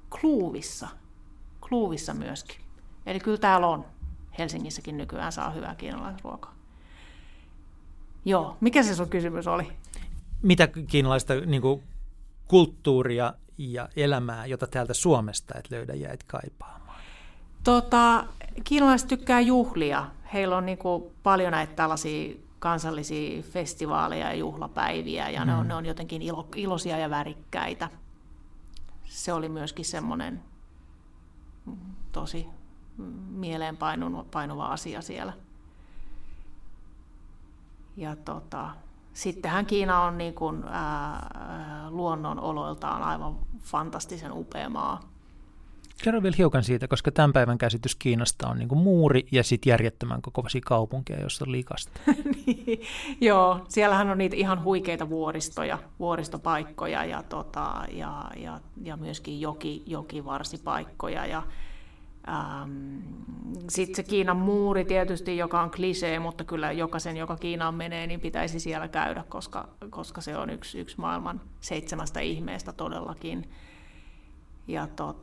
Kluuvissa myöskin. Eli kyllä täällä on. Helsingissäkin nykyään saa hyvää kiinalaisruokaa. Joo, mikä se sun kysymys oli?
Mitä kiinalaista niin kuin kulttuuria ja elämää, jota täältä Suomesta et löydä ja et kaipaamaan?
Kiinalaiset tykkää juhlia. Heillä on niin kuin paljon näitä tällaisia kansallisia festivaaleja ja juhlapäiviä, ja ne on jotenkin iloisia ja värikkäitä. Se oli myöskin semmoinen tosi mieleenpainuva asia siellä. Ja sittenhän Kiina on niin kuin, luonnonoloiltaan aivan fantastisen upea maa.
Kerro vielä hiukan siitä, koska tämän päivän käsitys Kiinasta on niin kuin muuri ja sitten järjettömän kokoisia kaupunkeja, joissa on liikasta.
Niin, joo, siellähän on niitä ihan huikeita vuoristopaikkoja ja myöskin jokivarsipaikkoja. Ja sitten se Kiinan muuri tietysti, joka on klisee, mutta kyllä jokaisen, joka Kiinaan menee, niin pitäisi siellä käydä, koska se on yksi maailman 7 ihmeestä todellakin. Ja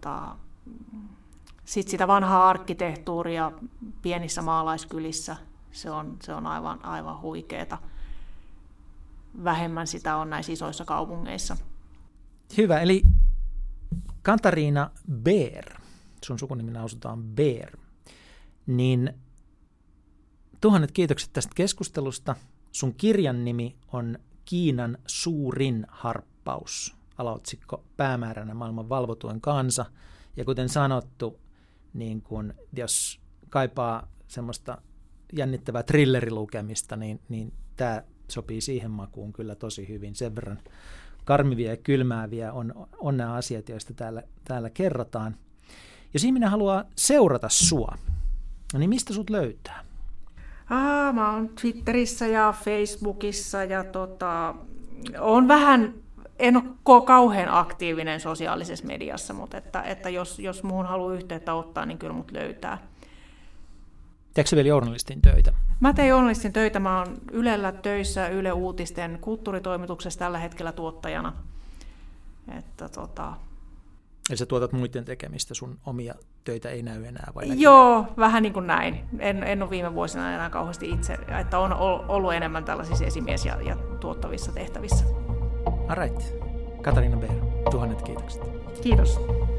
sitten sitä vanhaa arkkitehtuuria pienissä maalaiskylissä, se on aivan huikeeta. Vähemmän sitä on näissä isoissa kaupungeissa.
Hyvä, eli Katariina Beer, sun sukunimi lausutaan Beer, niin 1000 kiitokset tästä keskustelusta. Sun kirjan nimi on Kiinan suurin harppaus. Alaotsikko päämääränä maailman valvotuin kansa. Ja kuten sanottu, niin kun, jos kaipaa semmoista jännittävää thrillerilukemista, niin tämä sopii siihen makuun kyllä tosi hyvin. Sen verran karmivia ja kylmääviä on nämä asiat, joista täällä kerrotaan. Jos ihminen haluaa seurata sua, niin mistä sut löytää?
Mä oon Twitterissä ja Facebookissa ja on vähän... En ole kauhean aktiivinen sosiaalisessa mediassa, mutta että jos muuhun haluaa yhteyttä ottaa, niin kyllä mut löytää.
Teekö sä vielä journalistin töitä?
Mä teen journalistin töitä. Mä oon Ylellä töissä Yle Uutisten kulttuuritoimituksessa tällä hetkellä tuottajana.
Ja sä tuotat muiden tekemistä, sun omia töitä ei näy enää? Vai
Joo, vähän niin kuin näin. En ole viime vuosina enää kauheasti itse, että on ollut enemmän tällaisissa esimies- ja tuottavissa tehtävissä.
All right. Katariina Beer, 1000 kiitokset.
Kiitos.